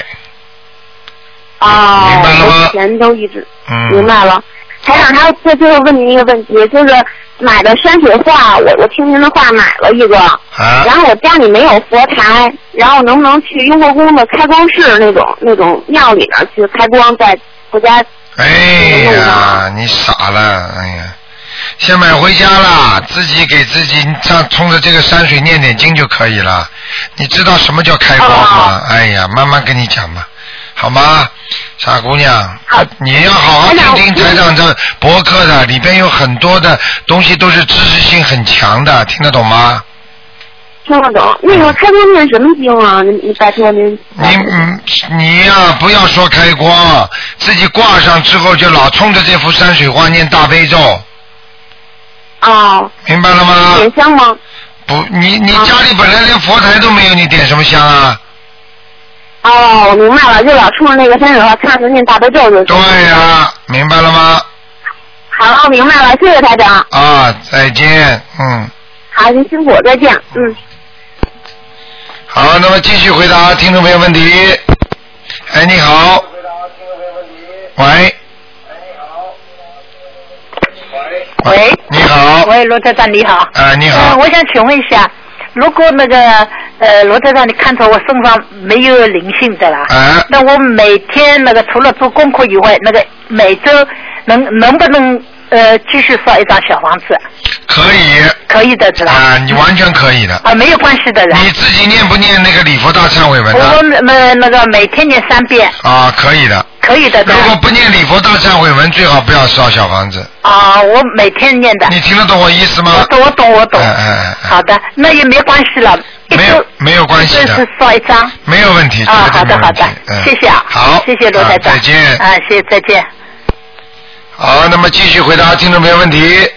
哦， 明白了吗？ 我钱都一直， 嗯， 明白了。台长，还在最后问您一个问题，就是买的山水画，我我听您的话买了一个， 啊， 然后我家里没有佛台，然后能不能去雍和宫的开光室那种那种庙里边去开光，在回家？ 哎呀，你傻了，哎呀，先买回家啦，自己给自己上冲着这个山水念点经就可以了。你知道什么叫开光吗？哦、哎呀，慢慢跟你讲吧。好吗，傻姑娘？ 好， 你要好好听听台长这博客的，里边有很多的东西都是知识性很强的，听得懂吗？ 听得懂。那个开光念什么经啊？你你拜托您。 你嗯，你呀、啊，不要说开光，自己挂上之后就老冲着这幅山水画念大悲咒。 哦。 明白了吗？ 点香吗？ 不，你你家里本来连佛台都没有，你点什么香啊？ 哦，我明白了，就老冲着那个山水画看着念大悲咒就。 对呀、啊，明白了吗？ 好，明白了，谢谢台长。 啊，再见，嗯。 好，您辛苦，再见，嗯。 好，那么继续回答听众朋友问题。哎，你好。喂。 喂， 你好。 喂，罗台长你好。 啊，你好。 呃，我想请问一下，如果那个呃罗台长你看出我身上没有灵性的啦， 啊， 那我每天那个除了做功课以外，那个每周能能不能呃继续烧一张小房子？ 可以。 可以的是吧？ 啊，你完全可以的。 啊，没有关系的人。 你自己念不念那个礼佛大忏悔文呢？ 我们那个每天念三遍。 啊，可以的。 可以的。 如果不念礼佛大忏悔文，最好不要烧小房子。 啊，我每天念的。 你听得懂我意思吗？ 我懂，我懂，我懂。 哎哎哎。 好的，那也没关系了。 没有没有关系的。 是烧一张。 没有问题。 啊，好的好的，谢谢啊。 好， 谢谢罗台长。 再见。 啊，谢谢，再见。 好，那么继续回答听众朋友问题。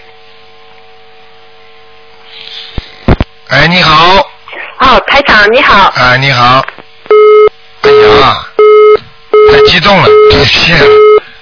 哎，你好。 哦，台长你好。 啊，你好。哎呀，太激动了，太谢了。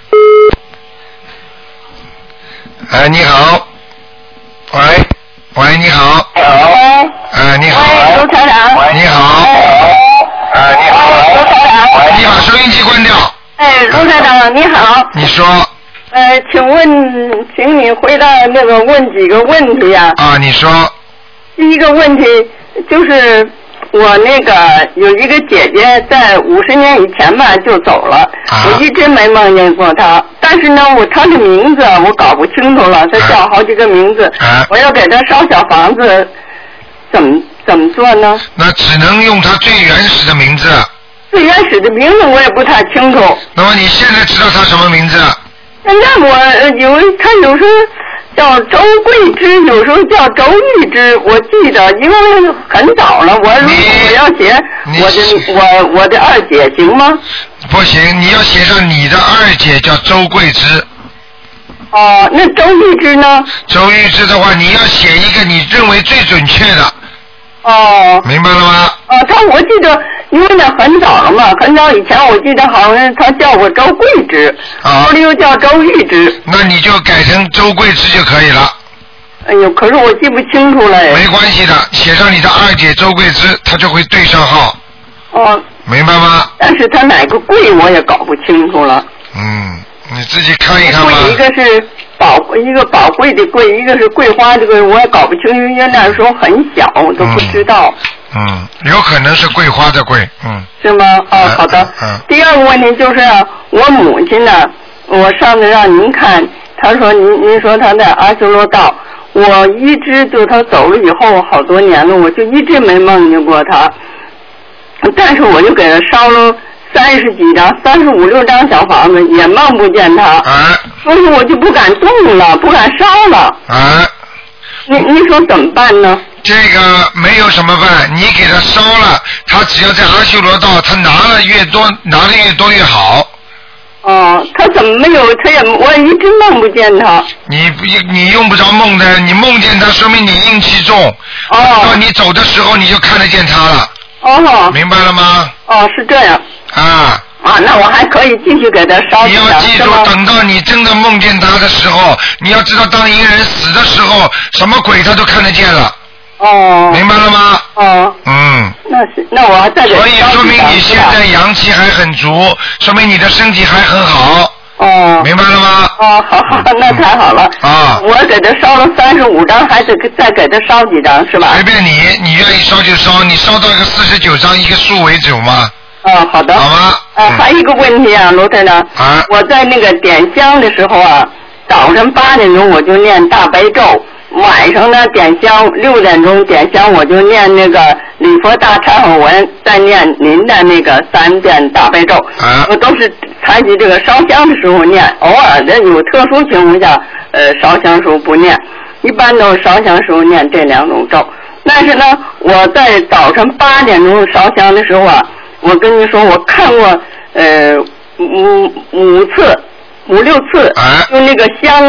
哎，你好。喂，喂，你好。 喂。 哎，你好。 喂，卢台长。 你好。哎，你好。 卢台长。 你把收音机关掉。 哎，卢台长你好。 你说。 呃，请问，请你回答那个问几个问题啊？ 啊，你说。 第一个问题就是我那个有一个姐姐在五十年以前吧就走了， 啊、 我一直没梦见过她，但是呢我她的名字我搞不清楚了，她叫好几个名字， 啊、 我要给她烧小房子，怎么怎么做呢？ 那只能用她最原始的名字。 最原始的名字我也不太清楚。 那么你现在知道她什么名字？ 现在我有她有时候叫周桂枝，有时候叫周玉枝，我记得，因为很早了。我如果我要写我的我我的二姐行吗？ 不行，你要写上你的二姐叫周桂枝。 哦，那周玉枝呢？ 周玉枝的话，你要写一个你认为最准确的。 哦。 明白了吗？ 哦，他我记得，因为那很早了嘛，很早以前我记得好像他叫过周桂枝， 啊， 后来又叫周玉枝。 那你就改成周桂枝就可以了。 哎呦，可是我记不清楚了。 没关系的，写上你的二姐周桂枝，他就会对上号。 哦。 明白吗？ 但是他哪个桂我也搞不清楚了。 嗯，你自己看一看吧。 桂一个是宝，一个宝贵的桂，一个是桂花的桂，我也搞不清，因为那时候很小，我都不知道。 嗯，嗯有可能是桂花的桂，嗯。 是吗？哦，好的。 嗯。嗯第二个问题就是我母亲呢，我上次让您看，她说您您说她在阿修罗道，我一直就她走了以后好多年了，我就一直没梦见过她，但是我就给她烧了三十几张，三十五六张小房子，也梦不见她。 啊。 所以我就不敢动了，不敢烧了。 啊。 你你说怎么办呢？ 这个没有什么办，你给他烧了，他只要在阿修罗道，他拿了越多，拿的越多越好。 哦，他怎么没有？他也我一直梦不见他。 你你用不着梦的，你梦见他，说明你阴气重。 哦。 到你走的时候，你就看得见他了。 哦。 明白了吗？ 哦，是这样。 啊。 啊，那我还可以继续给他烧一你要记住，等到你真的梦见他的时候，你要知道，当一个人死的时候，什么鬼他都看得见了。 哦。 明白了吗？ 哦。 嗯。 那是，那我还再给他烧所以说明你现在阳气还很足，说明你的身体还很好。 哦。 明白了吗？ 哦，好好，那太好了。 啊。 我给他烧了三十五张，还得再给他烧几张，是吧？ 随便你，你愿意烧就烧，你烧到一个四十九张一个数为主嘛。 哦，好的。 好吗？ 呃，还有一个问题啊，罗台长。 啊。 我在那个点香的时候啊，早晨八点钟我就念大悲咒，晚上呢点香六点钟点香我就念那个礼佛大忏悔文，再念您的那个三遍大悲咒。 啊。 我都是采取这个烧香的时候念，偶尔的有特殊情况下，呃，烧香时候不念，一般都是烧香时候念这两种咒。但是呢，我在早晨八点钟烧香的时候啊。我跟你说，我看过呃五五次、五六次，用那个香啊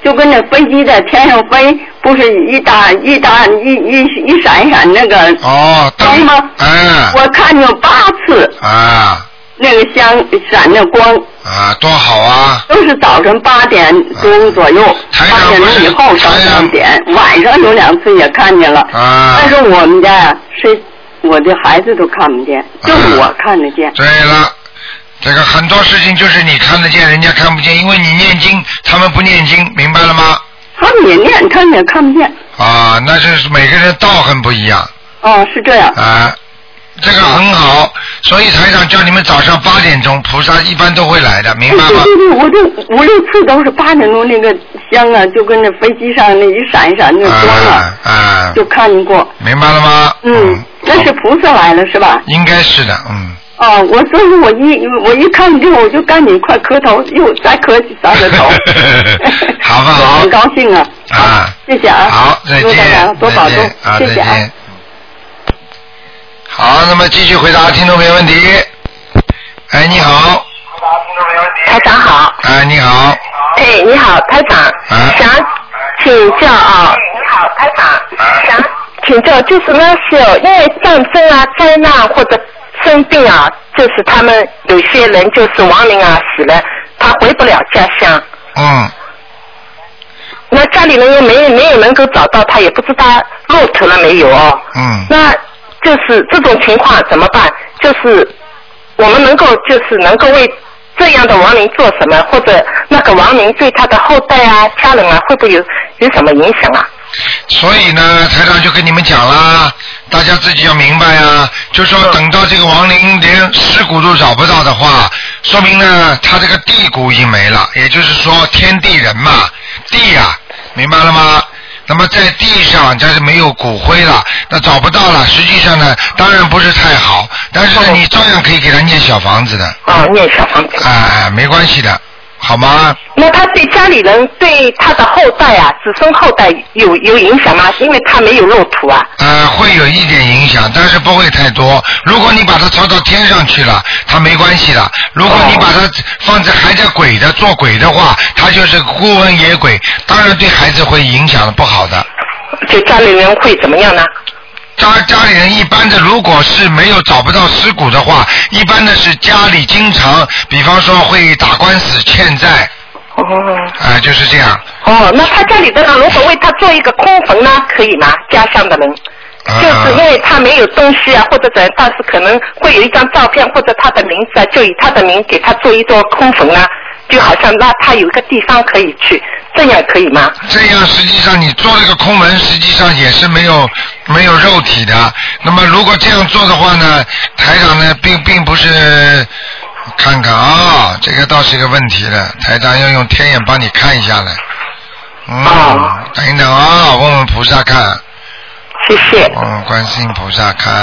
就跟那飞机在天上飞，不是一打一打一一一闪一闪那个哦灯吗？ 嗯， 我看见八次啊， 那个香闪的光啊，多好啊！ 都是早晨八点钟左右，八点钟以后到两点，晚上有两次也看见了。 啊， 但是我们家呀，谁我的孩子都看不见，就是我看得见。 对了。这个很多事情就是你看得见，人家看不见，因为你念经，他们不念经，明白了吗？ 他们也念，他们也看不见。 啊，那就是每个人道很不一样。 哦，是这样。 啊，这个很好，所以台长叫你们早上八点钟，菩萨一般都会来的，明白吗？ 对对对，我这五六次都是八点钟那个香啊，就跟那飞机上那一闪一闪那光啊， 啊啊， 就看见过。 明白了吗？ 嗯，嗯那是菩萨来了是吧？ 应该是的，嗯。 哦，我所以我一我一看这个我就赶紧快磕头，又再磕三个头， 好不好？ 很高兴啊！ 啊， 谢谢啊！ 好，再见， 多保重， 啊， 谢谢啊！ 好，那么继续回答听众朋友问题。哎，你好。 台长好。 哎，你好。 哎，你好，台长。 啊。 想请教啊。你好，台长。想请教，就是那时候因为战争啊、灾难或者生病啊，就是他们有些人就是亡灵啊死了，他回不了家乡。 嗯。 那家里人也没没有能够找到他，也不知道落土了没有哦。 嗯。 那就是这种情况怎么办？就是我们能够就是能够为这样的亡灵做什么，或者那个亡灵对他的后代啊、家人啊，会不会有有什么影响啊？ 所以呢，台长就跟你们讲啦，大家自己要明白啊，就说等到这个亡灵连尸骨都找不到的话，说明呢他这个地骨已经没了，也就是说天地人嘛，地呀、啊，明白了吗？那么在地上但是没有骨灰了，那找不到了，实际上呢当然不是太好，但是呢你照样可以给他念小房子的。 啊，念小房子。 哎、啊，没关系的。好吗？ 那他对家里人、对他的后代啊、子孙后代有有影响吗？因为他没有落土啊。 呃，会有一点影响，但是不会太多。如果你把它抄到天上去了，它没关系的。如果你把它放在还在鬼的做鬼的话，它就是孤魂野鬼，当然对孩子会影响不好的。 对家里人会怎么样呢？ 家家里人一般的，如果是没有找不到尸骨的话，一般的是家里经常，比方说会打官司欠债。 哦。 啊、呃，就是这样。 哦，那他家里的人如果为他做一个空坟呢，可以吗？家乡的人。 啊、 就是因为他没有东西啊，或者怎样，但是可能会有一张照片或者他的名字啊，就以他的名给他做一座空坟啊，就好像让他有一个地方可以去，这样可以吗？ 这样实际上你做这个空门，实际上也是没有没有肉体的。那么如果这样做的话呢，台长呢并并不是看看啊、哦，这个倒是一个问题了，台长要用天眼帮你看一下了。嗯，哦、等一等啊、哦，问问菩萨看。 谢谢。 嗯，观世音菩萨看。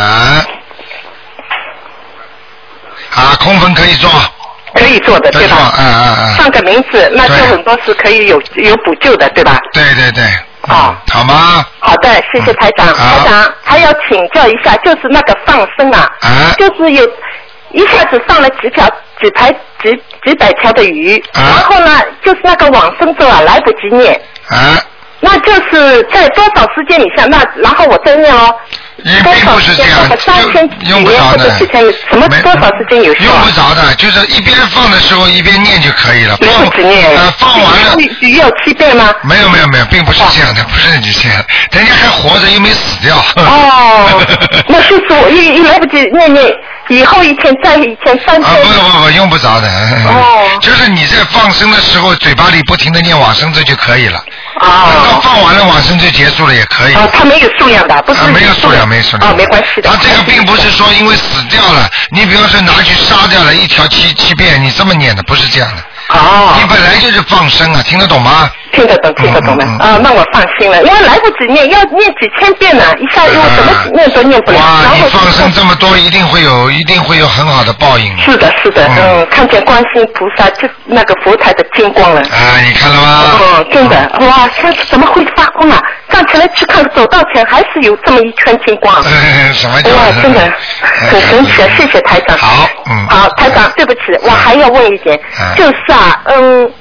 啊，空坟可以做。 可以做的，对吧？ 嗯嗯嗯。 上个名字，那就很多是可以有有补救的，对吧？ 对对对。 哦。 好吗？ 好的，谢谢台长。 嗯、 台长还要请教一下，就是那个放生啊， 啊就是有一下子放了几条、几排、几几百条的鱼， 啊、 然后呢，就是那个往生咒啊来不及念。 啊。 那就是在多少时间以下？那然后我再念哦。 也并不是这样，用不着的。 什么多少时间有效？ 用不着的，就是一边放的时候一边念就可以了。 没有只念。 呃，放完了。 鱼要七遍吗？ 没有没有没有，并不是这样的，不是你这样，人家还活着又没死掉。 哦，那就是我一一来不及念念，以后一天再一天三天。 啊不不不，用不着的。哦。就是你在放生的时候，嘴巴里不停的念往生咒就可以了。 哦。 等到放完了往生咒结束了也可以。 哦，它没有数量的，不是。 啊，没有数量。没数量哦，没关系的。 他这个并不是说因为死掉了，你比方说拿去杀掉了一条七七遍，你这么念的，不是这样的。 哦。 你本来就是放生啊，听得懂吗？ 听得懂，听得懂的。啊、嗯嗯呃，那我放心了，因为来不及念，要念几千遍呢，一下又怎么念都念不了。 哇，你放生这么多，一定会有，一定会有很好的报应。 是的，是的，嗯，嗯看见观世音菩萨就那个佛台的金光了。 啊，你看了吗？ 哦，真的，嗯、哇，现在怎么会发光啊？站起来去看，走到前还是有这么一圈金光。 嗯，什么叫？ 哇，真的很神奇啊！谢谢台长。 好，嗯。 好，台长，对不起，我还要问一点，嗯、就是啊，嗯。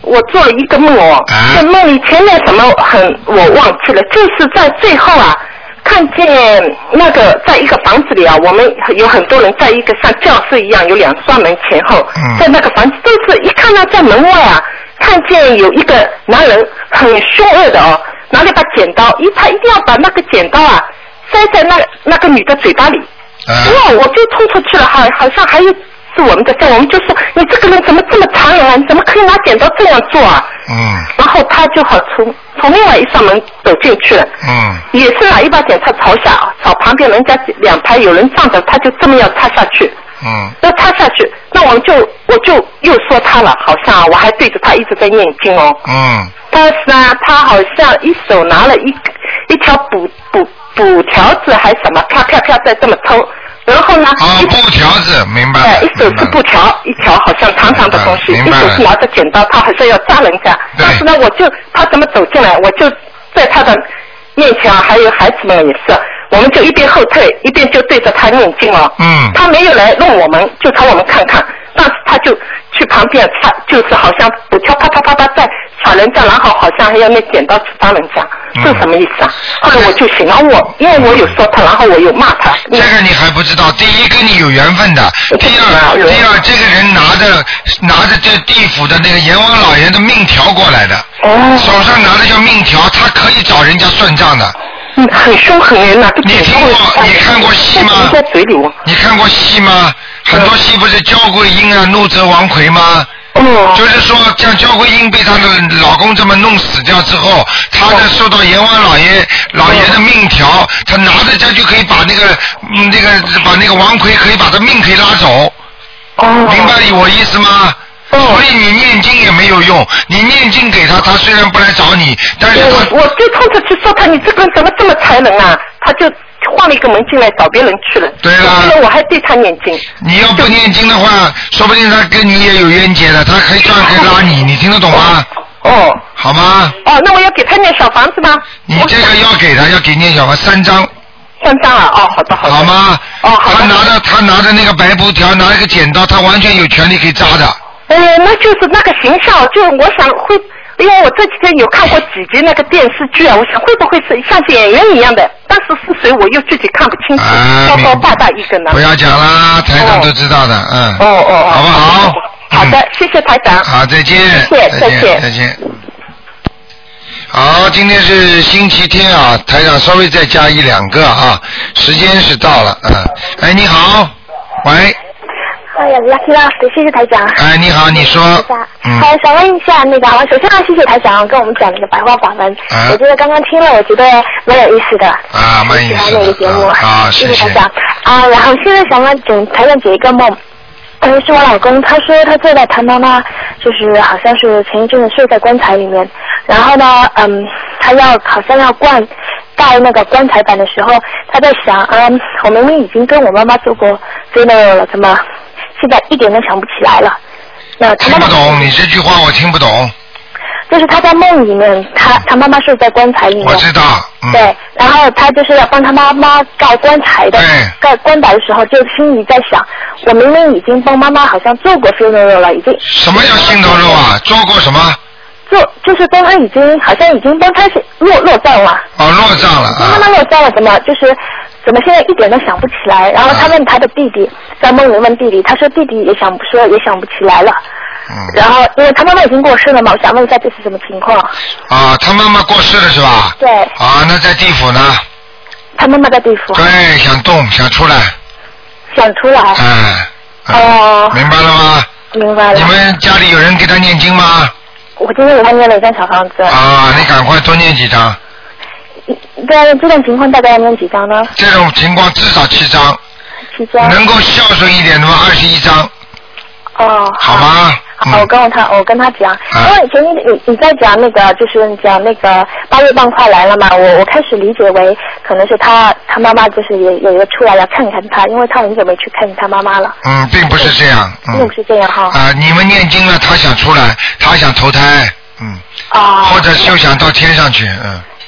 我做了一个梦哦，在梦里前面什么很我忘记了，就是在最后啊，看见那个在一个房子里啊，我们有很多人在一个像教室一样，有两扇门前后，在那个房子都是一看到在门外啊，看见有一个男人很凶恶的哦，拿了一把剪刀，一他一定要把那个剪刀啊塞在那那个女的嘴巴里，哇，我就冲出去了，好好像还有。是我们的事，我们就说你这个人怎么这么残忍啊？你怎么可以拿剪刀这样做啊？嗯。然后他就好从从另外一扇门走进去了。嗯。也是拿一把剪刀朝下，朝旁边人家两排有人站着，他就这么要插下去。嗯。要插下去，那我们就我就又说他了，好像我还对着他一直在念经哦。嗯。但是呢，他好像一手拿了一一条补补补条子还是什么，啪啪啪在这么抽。然后呢？ 啊，布条子，明白了。 哎，一手是布条，一条好像长长的东西，一手是拿着剪刀，他好像要扎人家。但是呢，我就他怎么走进来，我就在他的面前啊，还有孩子们也是，我们就一边后退，一边就对着他念经哦。嗯。他没有来弄我们，就朝我们看看，但是他就去旁边插，就是好像布条啪啪啪啪在插人家，然后好像还要那剪刀去扎人家。这什么意思啊？后来我就醒了，我因为我有说他，然后我有骂他。 这个你还不知道，第一跟你有缘分的，第二，第二这个人拿着拿着这地府的那个阎王老爷的命条过来的，哦、手上拿的叫命条，他可以找人家算账的。 嗯，很凶狠人呐！ 你听过？你看过戏吗？ 在嘴里。 你看过戏吗？很多戏不是焦桂英啊，怒责王魁吗？哦，就是说，像焦桂英被她的老公这么弄死掉之后，她呢受到阎王老爷老爷的命条，她拿着这就可以把那个嗯那个把那个王魁可以把他命可以拉走。哦，明白我意思吗？哦，所以你念经也没有用，你念经给他，他虽然不来找你，但是他我就冲着去说他，你这个人怎么这么残忍啊？他就换了一个门进来找别人去了。 对了， 因为我还对他念经。 你要不念经的话，说不定他跟你也有冤结了，他可以专门可以拉你，你听得懂吗？ 哦。 好吗？ 哦，那我要给他念小房子吗？ 你这个要给他，要给念小房三张。 三张啊？哦，好的好的。 好吗？ 哦，好的。 他拿着他拿着那个白布条，拿一个剪刀，他完全有权利可以扎的。 呃，那就是那个形象，就我想会，因为我这几天有看过几集那个电视剧啊，我想会不会是像演员一样的，但是是谁我又具体看不清楚，高高大大一个呢。 不要讲啦，台长都知道的，哦、嗯。 哦哦哦。 好不好？ 好的，嗯、谢谢台长。 好，再见。 谢谢， 再见，再见。好，今天是星期天啊，台长稍微再加一两个啊，时间是到了，嗯。哎，你好，喂。 哎呀 ，lucky 啦，谢谢台长。 哎，你好，你说。 嗯。好，想问一下那个，首先要谢谢台长跟我们讲那个白话法门，啊、我觉得刚刚听了，我觉得蛮有意思的。 啊，蛮有意思的。 喜欢那个节目。 啊， 谢谢台长。啊，然后现在想问请台长解一个梦，嗯，是我老公，他说他做到他妈妈就是好像是前一阵子睡在棺材里面，然后呢，嗯，他要好像要灌盖那个棺材板的时候，他在想，嗯，我明明已经跟我妈妈做过 funeral 了，怎么？现在一点都想不起来了。那他听不懂，你这句话我听不懂。 就是他在梦里面，他他妈妈睡在棺材里面。 我知道。嗯、 对，然后他就是要帮他妈妈盖棺材的，盖棺材的时候，就心里在想，我明明已经帮妈妈好像做过 funeral 了，已经。 什么叫心头肉啊？做过什么？ 做就是帮他已经好像已经帮他落落葬了。 哦，落葬了。 帮妈妈落葬了，怎么就是？怎么现在一点都想不起来？然后他问他的弟弟，在梦里问弟弟，他说弟弟也想不说也想不起来了。嗯。然后因为他妈妈已经过世了嘛，我想问一下这是什么情况？ 啊，他妈妈过世了是吧？ 对。 啊，那在地府呢？ 他妈妈在地府。 对，想动，想出来。 想出来。 嗯。 哦。 明白了吗？ 明白了。 你们家里有人给他念经吗？ 我今天给他念了一张小房子。 啊，你赶快多念几张。 在这种情况大概要念几张呢？ 这种情况至少七张。 七张。 能够孝顺一点的话，二十一张。 哦。 好吗？ 好，我跟他，我跟他讲，因为前你你你在讲那个，就是讲那个八月半快来了嘛，我我开始理解为可能是他他妈妈就是也有一个出来要看看他，因为他很久没去看他妈妈了。 嗯，并不是这样。 嗯、并不是这样哈。 啊，你们念经了，他想出来，他想投胎，嗯。 啊。 或者就想到天上去，嗯。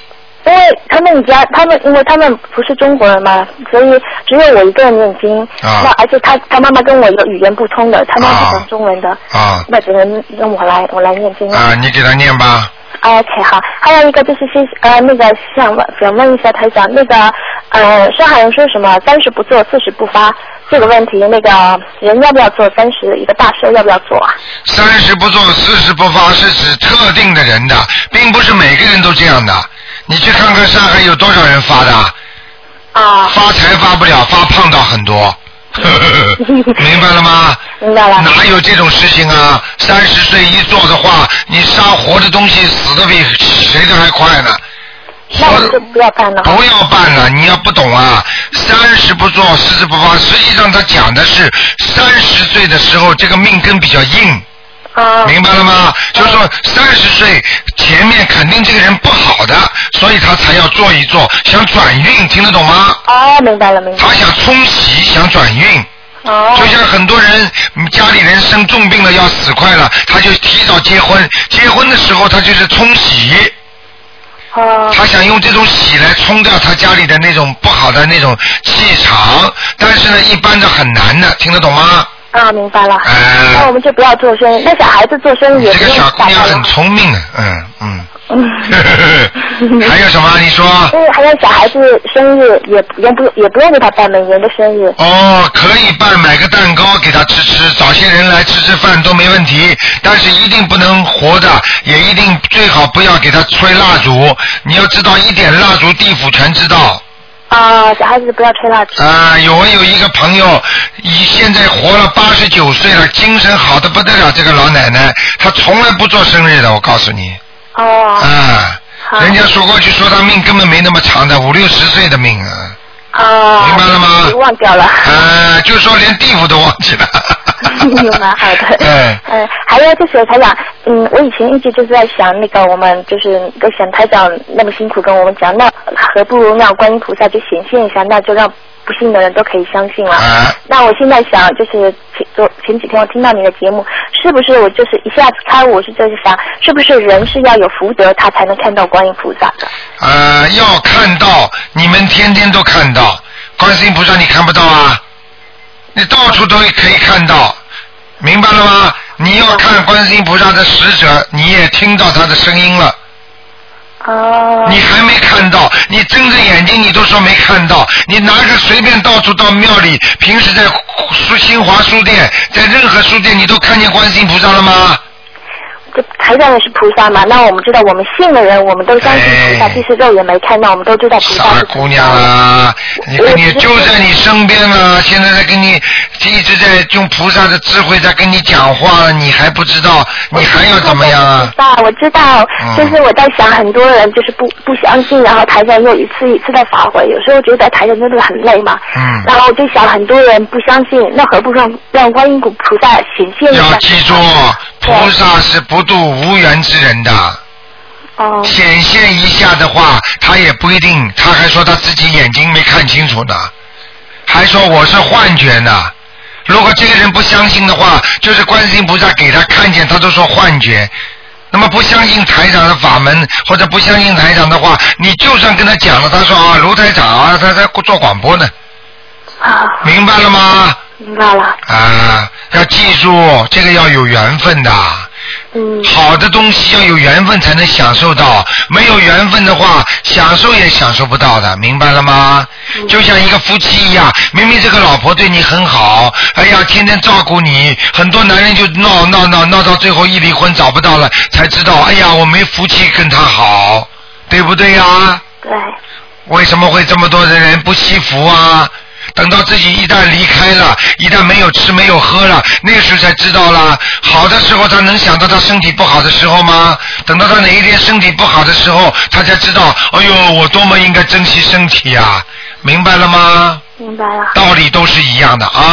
因为他们家，他们因为他们不是中国人嘛，所以只有我一个人念经。啊。那而且他他妈妈跟我有语言不通的，他妈妈不讲中文的。啊。那只能让我来我来念经。 啊，你给他念吧。 OK， 好。还有一个就是先呃那个想问想问一下台长，那个呃上海人说什么三十不做四十不发这个问题，那个人要不要做三十一个大事要不要做啊？ 三十不做四十不发是指特定的人的，并不是每个人都这样的。你去看看上海有多少人发的？啊。发财发不了，发胖到很多。明白了吗？ 明白了。 哪有这种事情啊？三十岁一做的话，你杀活的东西死的比谁都还快呢。 那我们就不要办了。 不要办了，你要不懂啊！三十不做，四十不发。实际上他讲的是三十岁的时候，这个命根比较硬。啊。明白了吗？就是说三十岁前面肯定这个人不好的，所以他才要做一做，想转运，听得懂吗？ 哦，明白了，明白了。 他想冲喜，想转运。哦。就像很多人家里人生重病了，要死快了，他就提早结婚，结婚的时候他就是冲喜。哦。他想用这种喜来冲掉他家里的那种不好的那种气场，但是呢，一般的很难的，听得懂吗？ 啊，明白了。哎。那我们就不要做生意。那小孩子做生意也不用。 这个小姑娘很聪明的，嗯嗯。嗯。还有什么？你说。 因为还有小孩子生日也不用不也不用给他办每年的生日。 哦，可以办，买个蛋糕给他吃吃，找些人来吃吃饭都没问题，但是一定不能活的，也一定最好不要给他吹蜡烛。你要知道，一点蜡烛地府全知道。 啊，小孩子不要吹蜡烛。 啊，有我有一个朋友，以现在活了八十九岁了，精神好的不得了，这个老奶奶，她从来不做生日的，我告诉你。 哦。 啊。人家说过去说她命根本没那么长的，五六十岁的命啊。 啊。 明白了吗？ 忘掉了。 啊，就说连地府都忘记了。 有蛮好的。嗯。嗯，还有就是台长，嗯，我以前一直就是在想，那个我们就是在想台长那么辛苦跟我们讲，那何不如让观音菩萨就显现一下，那就让不信的人都可以相信了。啊。那我现在想，就是前昨前几天我听到你的节目，是不是我就是一下子开悟？我是就是想，是不是人是要有福德，他才能看到观音菩萨的？ 呃，要看到，你们天天都看到，观世音菩萨你看不到啊？你到处都可以看到，明白了吗？你要看观世音菩萨的使者，你也听到他的声音了。 哦。 你还没看到，你睁着眼睛你都说没看到，你拿个随便到处到庙里，平时在书新华书店，在任何书店你都看见观世音菩萨了吗？ 这台长也是菩萨嘛，那我们知道我们信的人，我们都相信菩萨，即使肉眼没看到，我们都知道菩萨是菩萨。 傻姑娘啊，你你就在你身边了，现在在跟你一直在用菩萨的智慧在跟你讲话了，你还不知道，你还要怎么样啊？ 我知道，就是我在想，很多人就是不不相信，然后台长又一次一次的发挥，有时候觉得台长真的很累嘛。嗯。然后我就想，很多人不相信，那何不让让观音菩萨显现一下？ 要记住，菩萨是不度无缘之人的。 哦。 显现一下的话，他也不一定，他还说他自己眼睛没看清楚呢，还说我是幻觉呢。如果这个人不相信的话，就是观世音菩萨给他看见，他都说幻觉。那么不相信台长的法门，或者不相信台长的话，你就算跟他讲了，他说啊，卢台长啊，他在做广播呢。 啊。 明白了吗？ 明白了。 啊，要记住，这个要有缘分的。 嗯。 好的东西要有缘分才能享受到，没有缘分的话，享受也享受不到的，明白了吗？嗯。就像一个夫妻一样，明明这个老婆对你很好，哎呀，天天照顾你，很多男人就闹闹闹闹到最后一离婚找不到了，才知道，哎呀，我没福气跟他好，对不对呀？ 对。 为什么会这么多的人不惜福啊？等到自己一旦离开了，一旦没有吃没有喝了，那个时候才知道了。好的时候他能想到他身体不好的时候吗？等到他哪一天身体不好的时候，他才知道，哎呦，我多么应该珍惜身体啊！明白了吗？ 明白了。 道理都是一样的啊。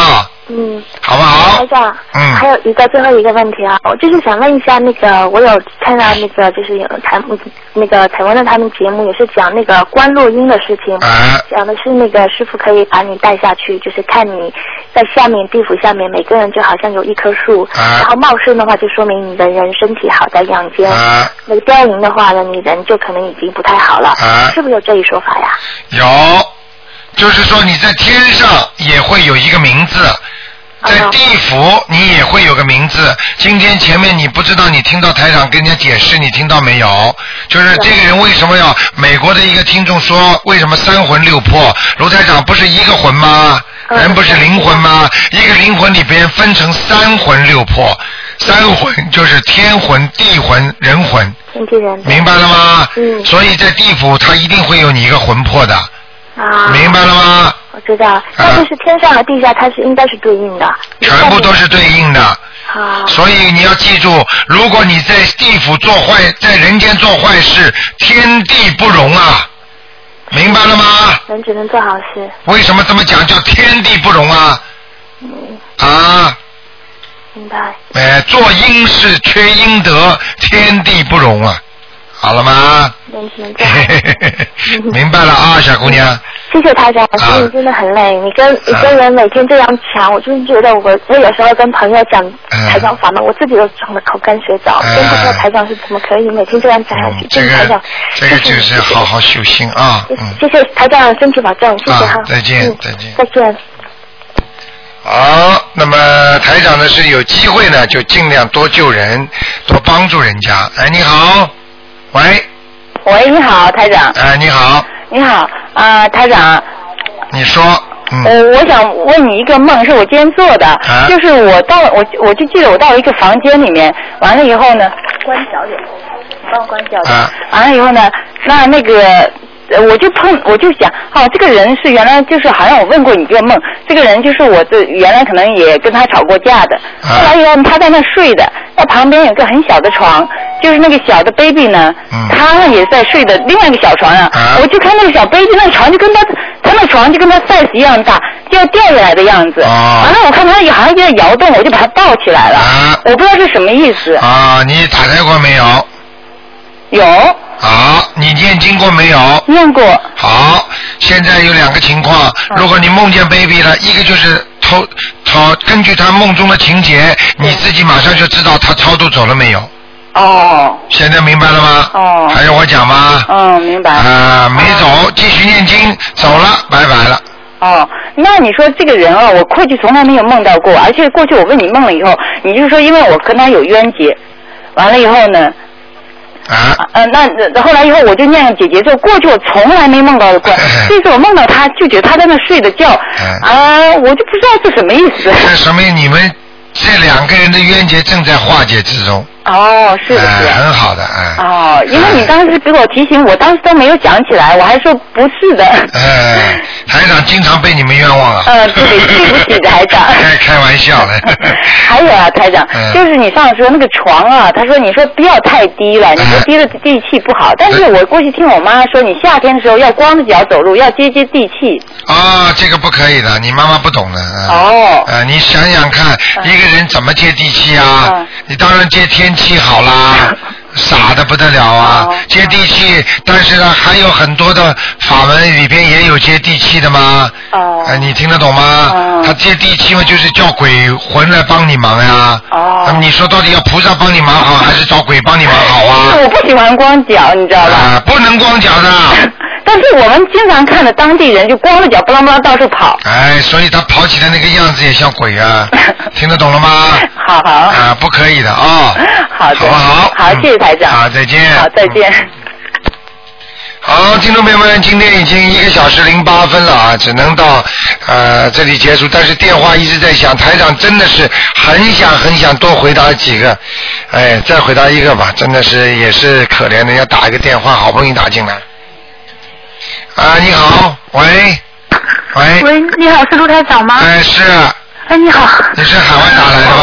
嗯， 好不好？ 台长， 嗯， 还有一个最后一个问题啊，我就是想问一下，那个我有看到那个就是有台那个台湾的他们节目也是讲那个观落阴的事情， 啊， 讲的是那个师傅可以把你带下去，就是看你在下面地府下面每个人就好像有一棵树， 啊， 然后茂盛的话就说明你的人身体好在阳间， 啊， 那个凋零的话呢，你人就可能已经不太好了， 啊， 是不是有这一说法呀？ 有，就是说你在天上也会有一个名字。在地府你也会有个名字，今天前面你不知道，你听到台长跟人家解释，你听到没有？就是这个人为什么要，美国的一个听众说为什么三魂六魄，卢台长不是一个魂吗？人不是灵魂吗？一个灵魂里边分成三魂六魄，三魂就是天魂、地魂、人魂，明白了吗？嗯。所以在地府他一定会有你一个魂魄的。啊，明白了吗？ 我知道，那就是天上和地下，它是应该是对应的， 全部都是对应的。 啊， 所以你要记住，如果你在地府做坏，在人间做坏事，天地不容啊，明白了吗？ 人只能做好事。 为什么这么讲叫天地不容啊？嗯。啊。 明白。 哎，做阴事缺阴德，天地不容啊。好了吗？明白了啊，小姑娘。 谢谢台长，心里真的很累。你跟你跟人每天这样讲，我就是觉得我我有时候跟朋友讲台长法门，我自己都讲得口干舌燥，真不知道台长是怎么可以每天这样讲下去。 这个这个就是好好修心啊。 谢谢台长，身体保重，谢谢哈。 再见，再见， 再见。 好，那么台长呢是有机会呢，就尽量多救人，多帮助人家。哎，你好。喂， 喂，你好，台长。 哎，你好。 你好，啊、呃，台长。 你说。嗯。 我我想问你一个梦，是我今天做的，啊、就是我到我我就记得我到了一个房间里面，完了以后呢，关小点，你帮我关小点。啊。完了以后呢，那那个。我就碰，我就想，哦，这个人是原来就是好像我问过你这个梦，这个人就是我这原来可能也跟他吵过架的，后来以后他在那睡的，那旁边有个很小的床，就是那个小的 baby 呢，嗯、他也在睡的另外一个小床上，啊、我就看那个小 baby 那个床就跟他，他那床就跟他 size 一样大，就要掉下来的样子，啊、完了我看他好像在摇动，我就把他抱起来了，啊、我不知道是什么意思。 啊，你打开过没有？ 有。 好，你念经过没有？ 念过。 好，现在有两个情况，如果你梦见 baby 了，一个就是偷超，根据他梦中的情节，你自己马上就知道他超度走了没有。 哦。 现在明白了吗？ 哦。 还要我讲吗？ 嗯，明白。 啊，没走，继续念经，走了，拜拜了。 哦，那你说这个人啊，我过去从来没有梦到过，而且过去我问你梦了以后，你就是说因为我跟他有冤结，完了以后呢？ 啊， 呃，那后来以后我就念了姐姐咒，过去我从来没梦到过，这次我梦到他，就觉得他在那睡的觉，啊，我就不知道这什么意思。 这说明你们这两个人的冤结正在化解之中。 哦，是的是、 呃。很好的，哎、 呃。哦，因为你当时给我提醒，我当时都没有讲起来，我还说不是的。 呃，台长经常被你们冤枉啊。 呃，对，对不起台长。 开开玩笑了。 还有啊，台长，嗯、就是你上次说那个床啊，他说你说不要太低了，你说低了地气不好。但是我过去听我妈说，你夏天的时候要光着脚走路，要接接地气。 啊、哦，这个不可以的，你妈妈不懂的。呃、 哦。 呃，你想想看，嗯、一个人怎么接地气啊？嗯、你当然接天气好啦。傻的不得了啊！哦、接地气，但是呢，还有很多的法门里边也有接地气的吗？哦，哎、呃，你听得懂吗？哦、他接地气嘛，就是叫鬼魂来帮你忙呀。哦，那么你说到底要菩萨帮你忙好，还是找鬼帮你忙好啊？ 我不喜欢光脚，你知道吧？ 啊，不能光脚的。 但是我们经常看的当地人就光着脚不啷不啷到处跑。 哎，所以他跑起来那个样子也像鬼啊，听得懂了吗？ 好好。 啊，不可以的啊。哦、 好的。 好不好？ 好，谢谢台长。 好，再见。 好，再见。 好，听众朋友们，今天已经一个小时零八分了啊，只能到呃这里结束。但是电话一直在响，台长真的是很想很想多回答几个，哎，再回答一个吧，真的是也是可怜的，要打一个电话，好不容易打进来。啊，你好，喂，喂， 喂，你好，是卢台长吗？ 哎，是。 哎，你好。 你是海外打来的吧？ 我想问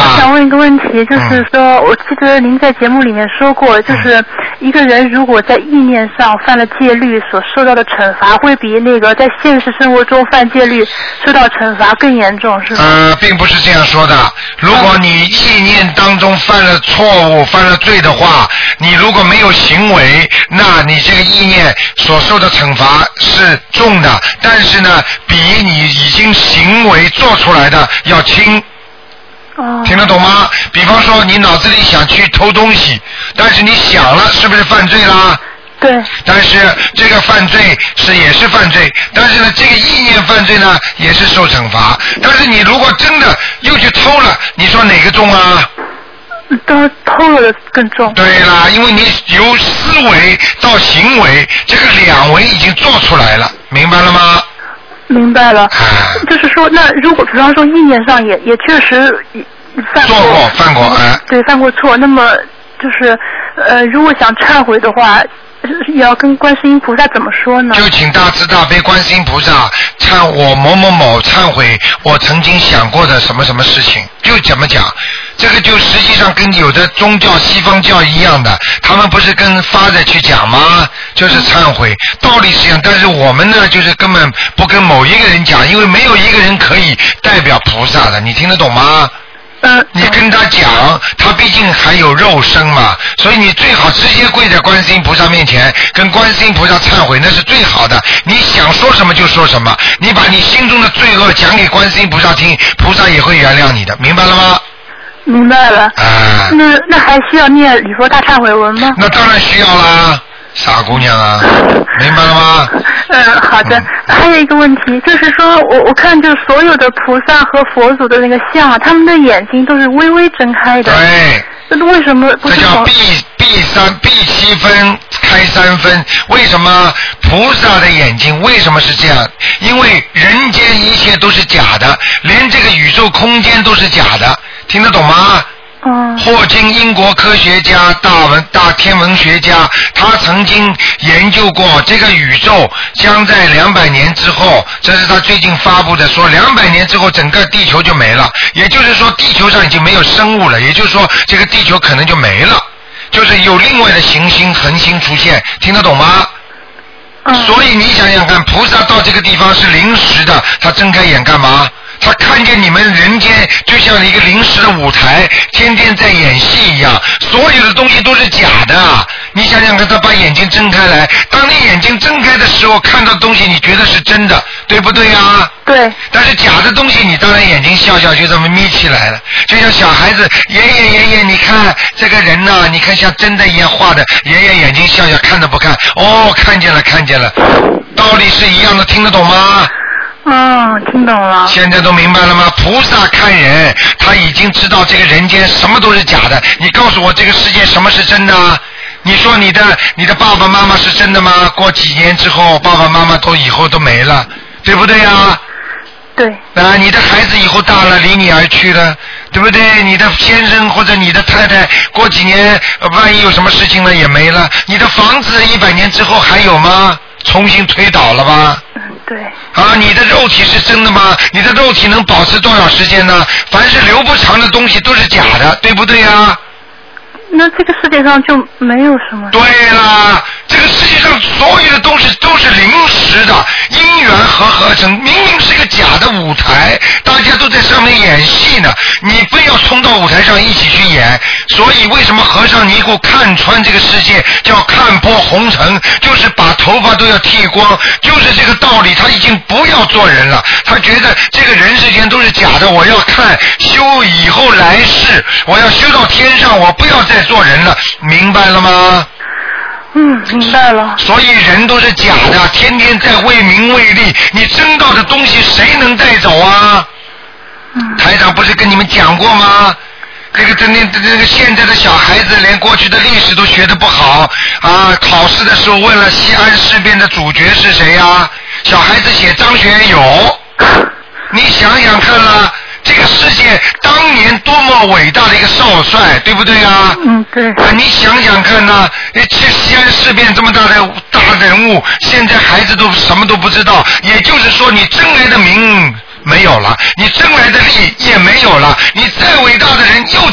问一个问题，就是说，嗯、我记得您在节目里面说过，就是一个人如果在意念上犯了戒律，所受到的惩罚会比那个在现实生活中犯戒律受到惩罚更严重，是吗？ 呃，并不是这样说的。如果你意念当中犯了错误、犯了罪的话，你如果没有行为，那你这个意念所受的惩罚是重的，但是呢，比你已经行为做出来的要轻。 哦， 听得懂吗？比方说你脑子里想去偷东西，但是你想了，是不是犯罪啦？ 对。 但是这个犯罪是也是犯罪，但是呢，这个意念犯罪呢也是受惩罚。但是你如果真的又去偷了，你说哪个重啊？ 都偷了的更重。 对啦，因为你由思维到行为，这个两维已经做出来了，明白了吗？ 明白了，就是说，那如果比方说意念上也也确实犯过， 做过犯过，哎， 对，犯过错，那么就是呃，如果想忏悔的话，也要跟观世音菩萨怎么说呢？ 就请大慈大悲观世音菩萨忏我某某某忏悔我曾经想过的什么什么事情，就怎么讲。这个就实际上跟有的宗教西方教一样的，他们不是跟发着去讲吗？就是忏悔，道理是一样，但是我们呢，就是根本不跟某一个人讲，因为没有一个人可以代表菩萨的，你听得懂吗？ 嗯。 你跟他讲，他毕竟还有肉身嘛，所以你最好直接跪在观世音菩萨面前，跟观世音菩萨忏悔，那是最好的。你想说什么就说什么，你把你心中的罪恶讲给观世音菩萨听，菩萨也会原谅你的，明白了吗？ 明白了。 啊。 那那还需要念礼佛大忏悔文吗？ 那当然需要啦，傻姑娘啊，明白了吗？ 嗯，好的。嗯、还有一个问题，就是说我我看就所有的菩萨和佛祖的那个像啊，他们的眼睛都是微微睁开的。 对。 那为什么不是？ 这叫闭闭三闭七分开三分。为什么菩萨的眼睛为什么是这样？因为人间一切都是假的，连这个宇宙空间都是假的，听得懂吗？ 嗯。 霍金英国科学家、大文大天文学家，他曾经研究过这个宇宙将在两百年之后，这是他最近发布的，说两百年之后整个地球就没了，也就是说地球上已经没有生物了，也就是说这个地球可能就没了，就是有另外的行星恒星出现，听得懂吗？ 嗯。 所以你想想看，菩萨到这个地方是临时的，他睁开眼干嘛？他看见你们人间就像一个临时的舞台，天天在演戏一样，所有的东西都是假的。你想想看，他把眼睛睁开来，当你眼睛睁开的时候，看到东西你觉得是真的，对不对啊？ 对。 但是假的东西，你当然眼睛笑笑就这么眯起来了，就像小孩子，爷爷爷爷，你看这个人呐、啊，你看像真的一样画的，爷爷眼睛笑笑，看都不看，哦，看见了看见了，道理是一样的，听得懂吗？ 嗯，听懂了。 现在都明白了吗？菩萨看人，他已经知道这个人间什么都是假的。你告诉我，这个世界什么是真的？你说你的你的爸爸妈妈是真的吗？过几年之后，爸爸妈妈都以后都没了，对不对啊？ 对。 啊，你的孩子以后大了，离你而去了，对不对？你的先生或者你的太太，过几年万一有什么事情了也没了。你的房子一百年之后还有吗？重新推倒了吧？ 嗯，对。 啊，你的肉体是真的吗？你的肉体能保持多少时间呢？凡是留不长的东西都是假的，对不对啊？ 那这个世界上就没有什么。 对啦，这个世界上所有的东西都是临时的，因缘和合成，明明是个假的舞台，大家都在上面演戏呢，你非要冲到舞台上一起去演。所以为什么和尚尼姑看穿这个世界叫看破红尘，就是把头发都要剃光，就是这个道理。他已经不要做人了，他觉得这个人世间都是假的，我要看修以后来世，我要修到天上，我不要再做人了，明白了吗？ 嗯，明白了。 所以人都是假的，天天在为名为利，你真到的东西谁能带走啊？ 嗯。 台长不是跟你们讲过吗？这个真的这个现在的小孩子连过去的历史都学得不好啊！考试的时候问了西安事变的主角是谁啊？小孩子写张学友，你想想看啦。这个世界当年多么伟大的一个少帅，对不对啊？ 嗯，对。 啊，你想想看呐、啊，这西安事变这么大的大人物，现在孩子都什么都不知道。也就是说，你争来的名没有了，你争来的利也没有了，你再伟大的人又怎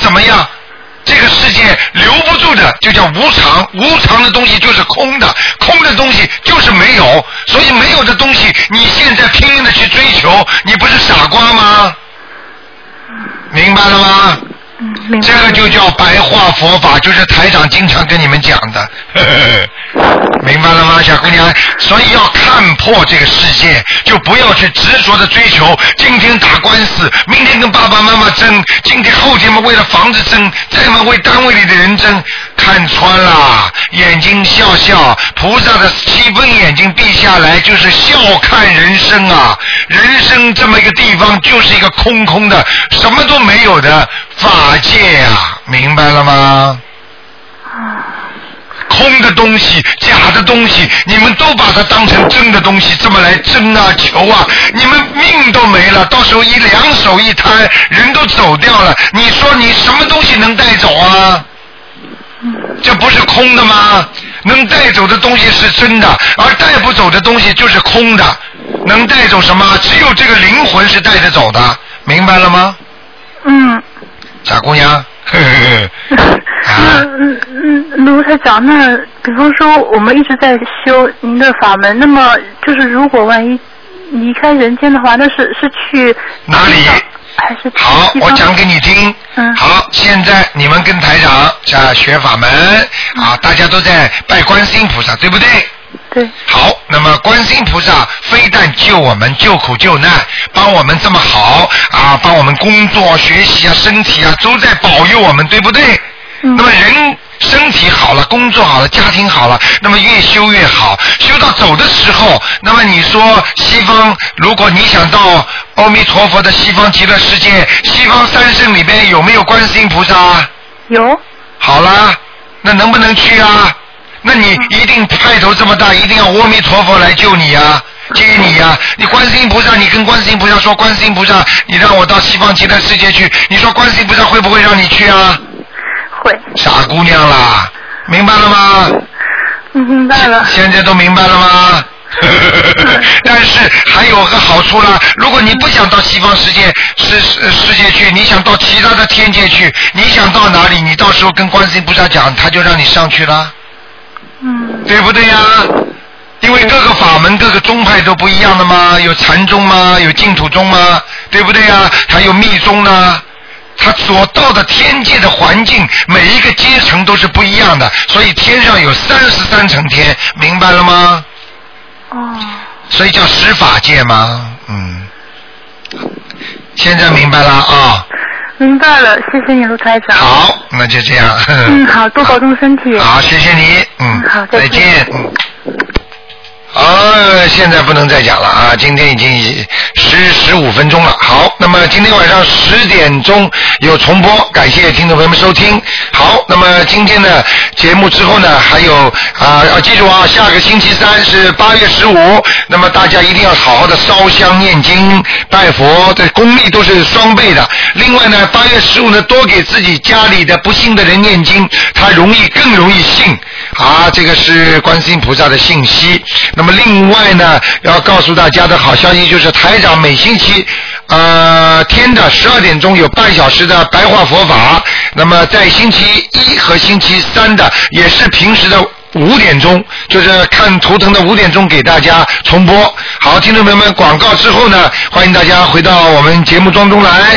怎么样？这个世界留不住的就叫无常，无常的东西就是空的，空的东西就是没有，所以没有的东西你现在拼命的去追求，你不是傻瓜吗？明白了吗？ 嗯， 这个就叫白话佛法，就是台长经常跟你们讲的，呵呵明白了吗，小姑娘？所以要看破这个世界，就不要去执着的追求。今天打官司，明天跟爸爸妈妈争，今天后天嘛为了房子争，再嘛为单位里的人争，看穿了，眼睛笑笑，菩萨的七分眼睛闭下来，就是笑看人生啊！人生这么一个地方，就是一个空空的，什么都没有的。法界啊，明白了吗？空的东西、假的东西，你们都把它当成真的东西，这么来争啊、求啊，你们命都没了，到时候一两手一摊，人都走掉了，你说你什么东西能带走啊？这不是空的吗？能带走的东西是真的，而带不走的东西就是空的。能带走什么？只有这个灵魂是带着走的，明白了吗？ 嗯。 傻姑娘，呵呵呵那嗯嗯，卢台长，那比方说我们一直在修您的法门，那么就是如果万一离开人间的话，那是是去哪里？ 还是好，我讲给你听。 嗯。 好，现在你们跟台长在学法门啊，大家都在拜观世音菩萨，对不对？ 对。 好，那么观世音菩萨非但救我们救苦救难，帮我们这么好啊，帮我们工作学习啊身体啊都在保佑我们，对不对？嗯。那么人身体好了，工作好了，家庭好了，那么越修越好，修到走的时候，那么你说西方，如果你想到阿弥陀佛的西方极乐世界，西方三圣里边有没有观世音菩萨？ 有。 好了，那能不能去啊？那你一定派头这么大，一定要阿弥陀佛来救你啊，接你呀、啊！你观世音菩萨，你跟观世音菩萨说，观世音菩萨，你让我到西方极乐世界去，你说观世音菩萨会不会让你去啊？ 会。 傻姑娘啦，明白了吗？ 明白了。 现在都明白了吗？但是还有个好处啦，如果你不想到西方世界世世界去，你想到其他的天界去，你想到哪里，你到时候跟观世音菩萨讲，他就让你上去了。 嗯， 对不对呀？因为各个法门、各个宗派都不一样的嘛，有禅宗吗？有净土宗吗？对不对呀？还有密宗呢。他所到的天界的环境，每一个阶层都是不一样的，所以天上有三十三层天，明白了吗？ 哦。 所以叫十法界吗？嗯。现在明白了啊。 明白了，谢谢你卢台长。 好，那就这样。 嗯，好，多保重身体。 好，谢谢你。嗯， 好， 再见。嗯。好，现在不能再讲了啊！今天已经十十五分钟了。好，那么今天晚上十点钟有重播，感谢听众朋友们收听。好，那么今天的节目之后呢，还有啊，要记住啊，下个星期三是八月十五，那么大家一定要好好的烧香念经拜佛，这功力都是双倍的。另外呢，八月十五呢，多给自己家里的不信的人念经，他容易更容易信啊。这个是观世音菩萨的信息。那么另外呢，要告诉大家的好消息就是台长每星期呃天的十二点钟有半小时的白话佛法，那么在星期一和星期三的也是平时的五点钟，就是看图腾的五点钟给大家重播。好，听众朋友们，广告之后呢，欢迎大家回到我们节目当中来。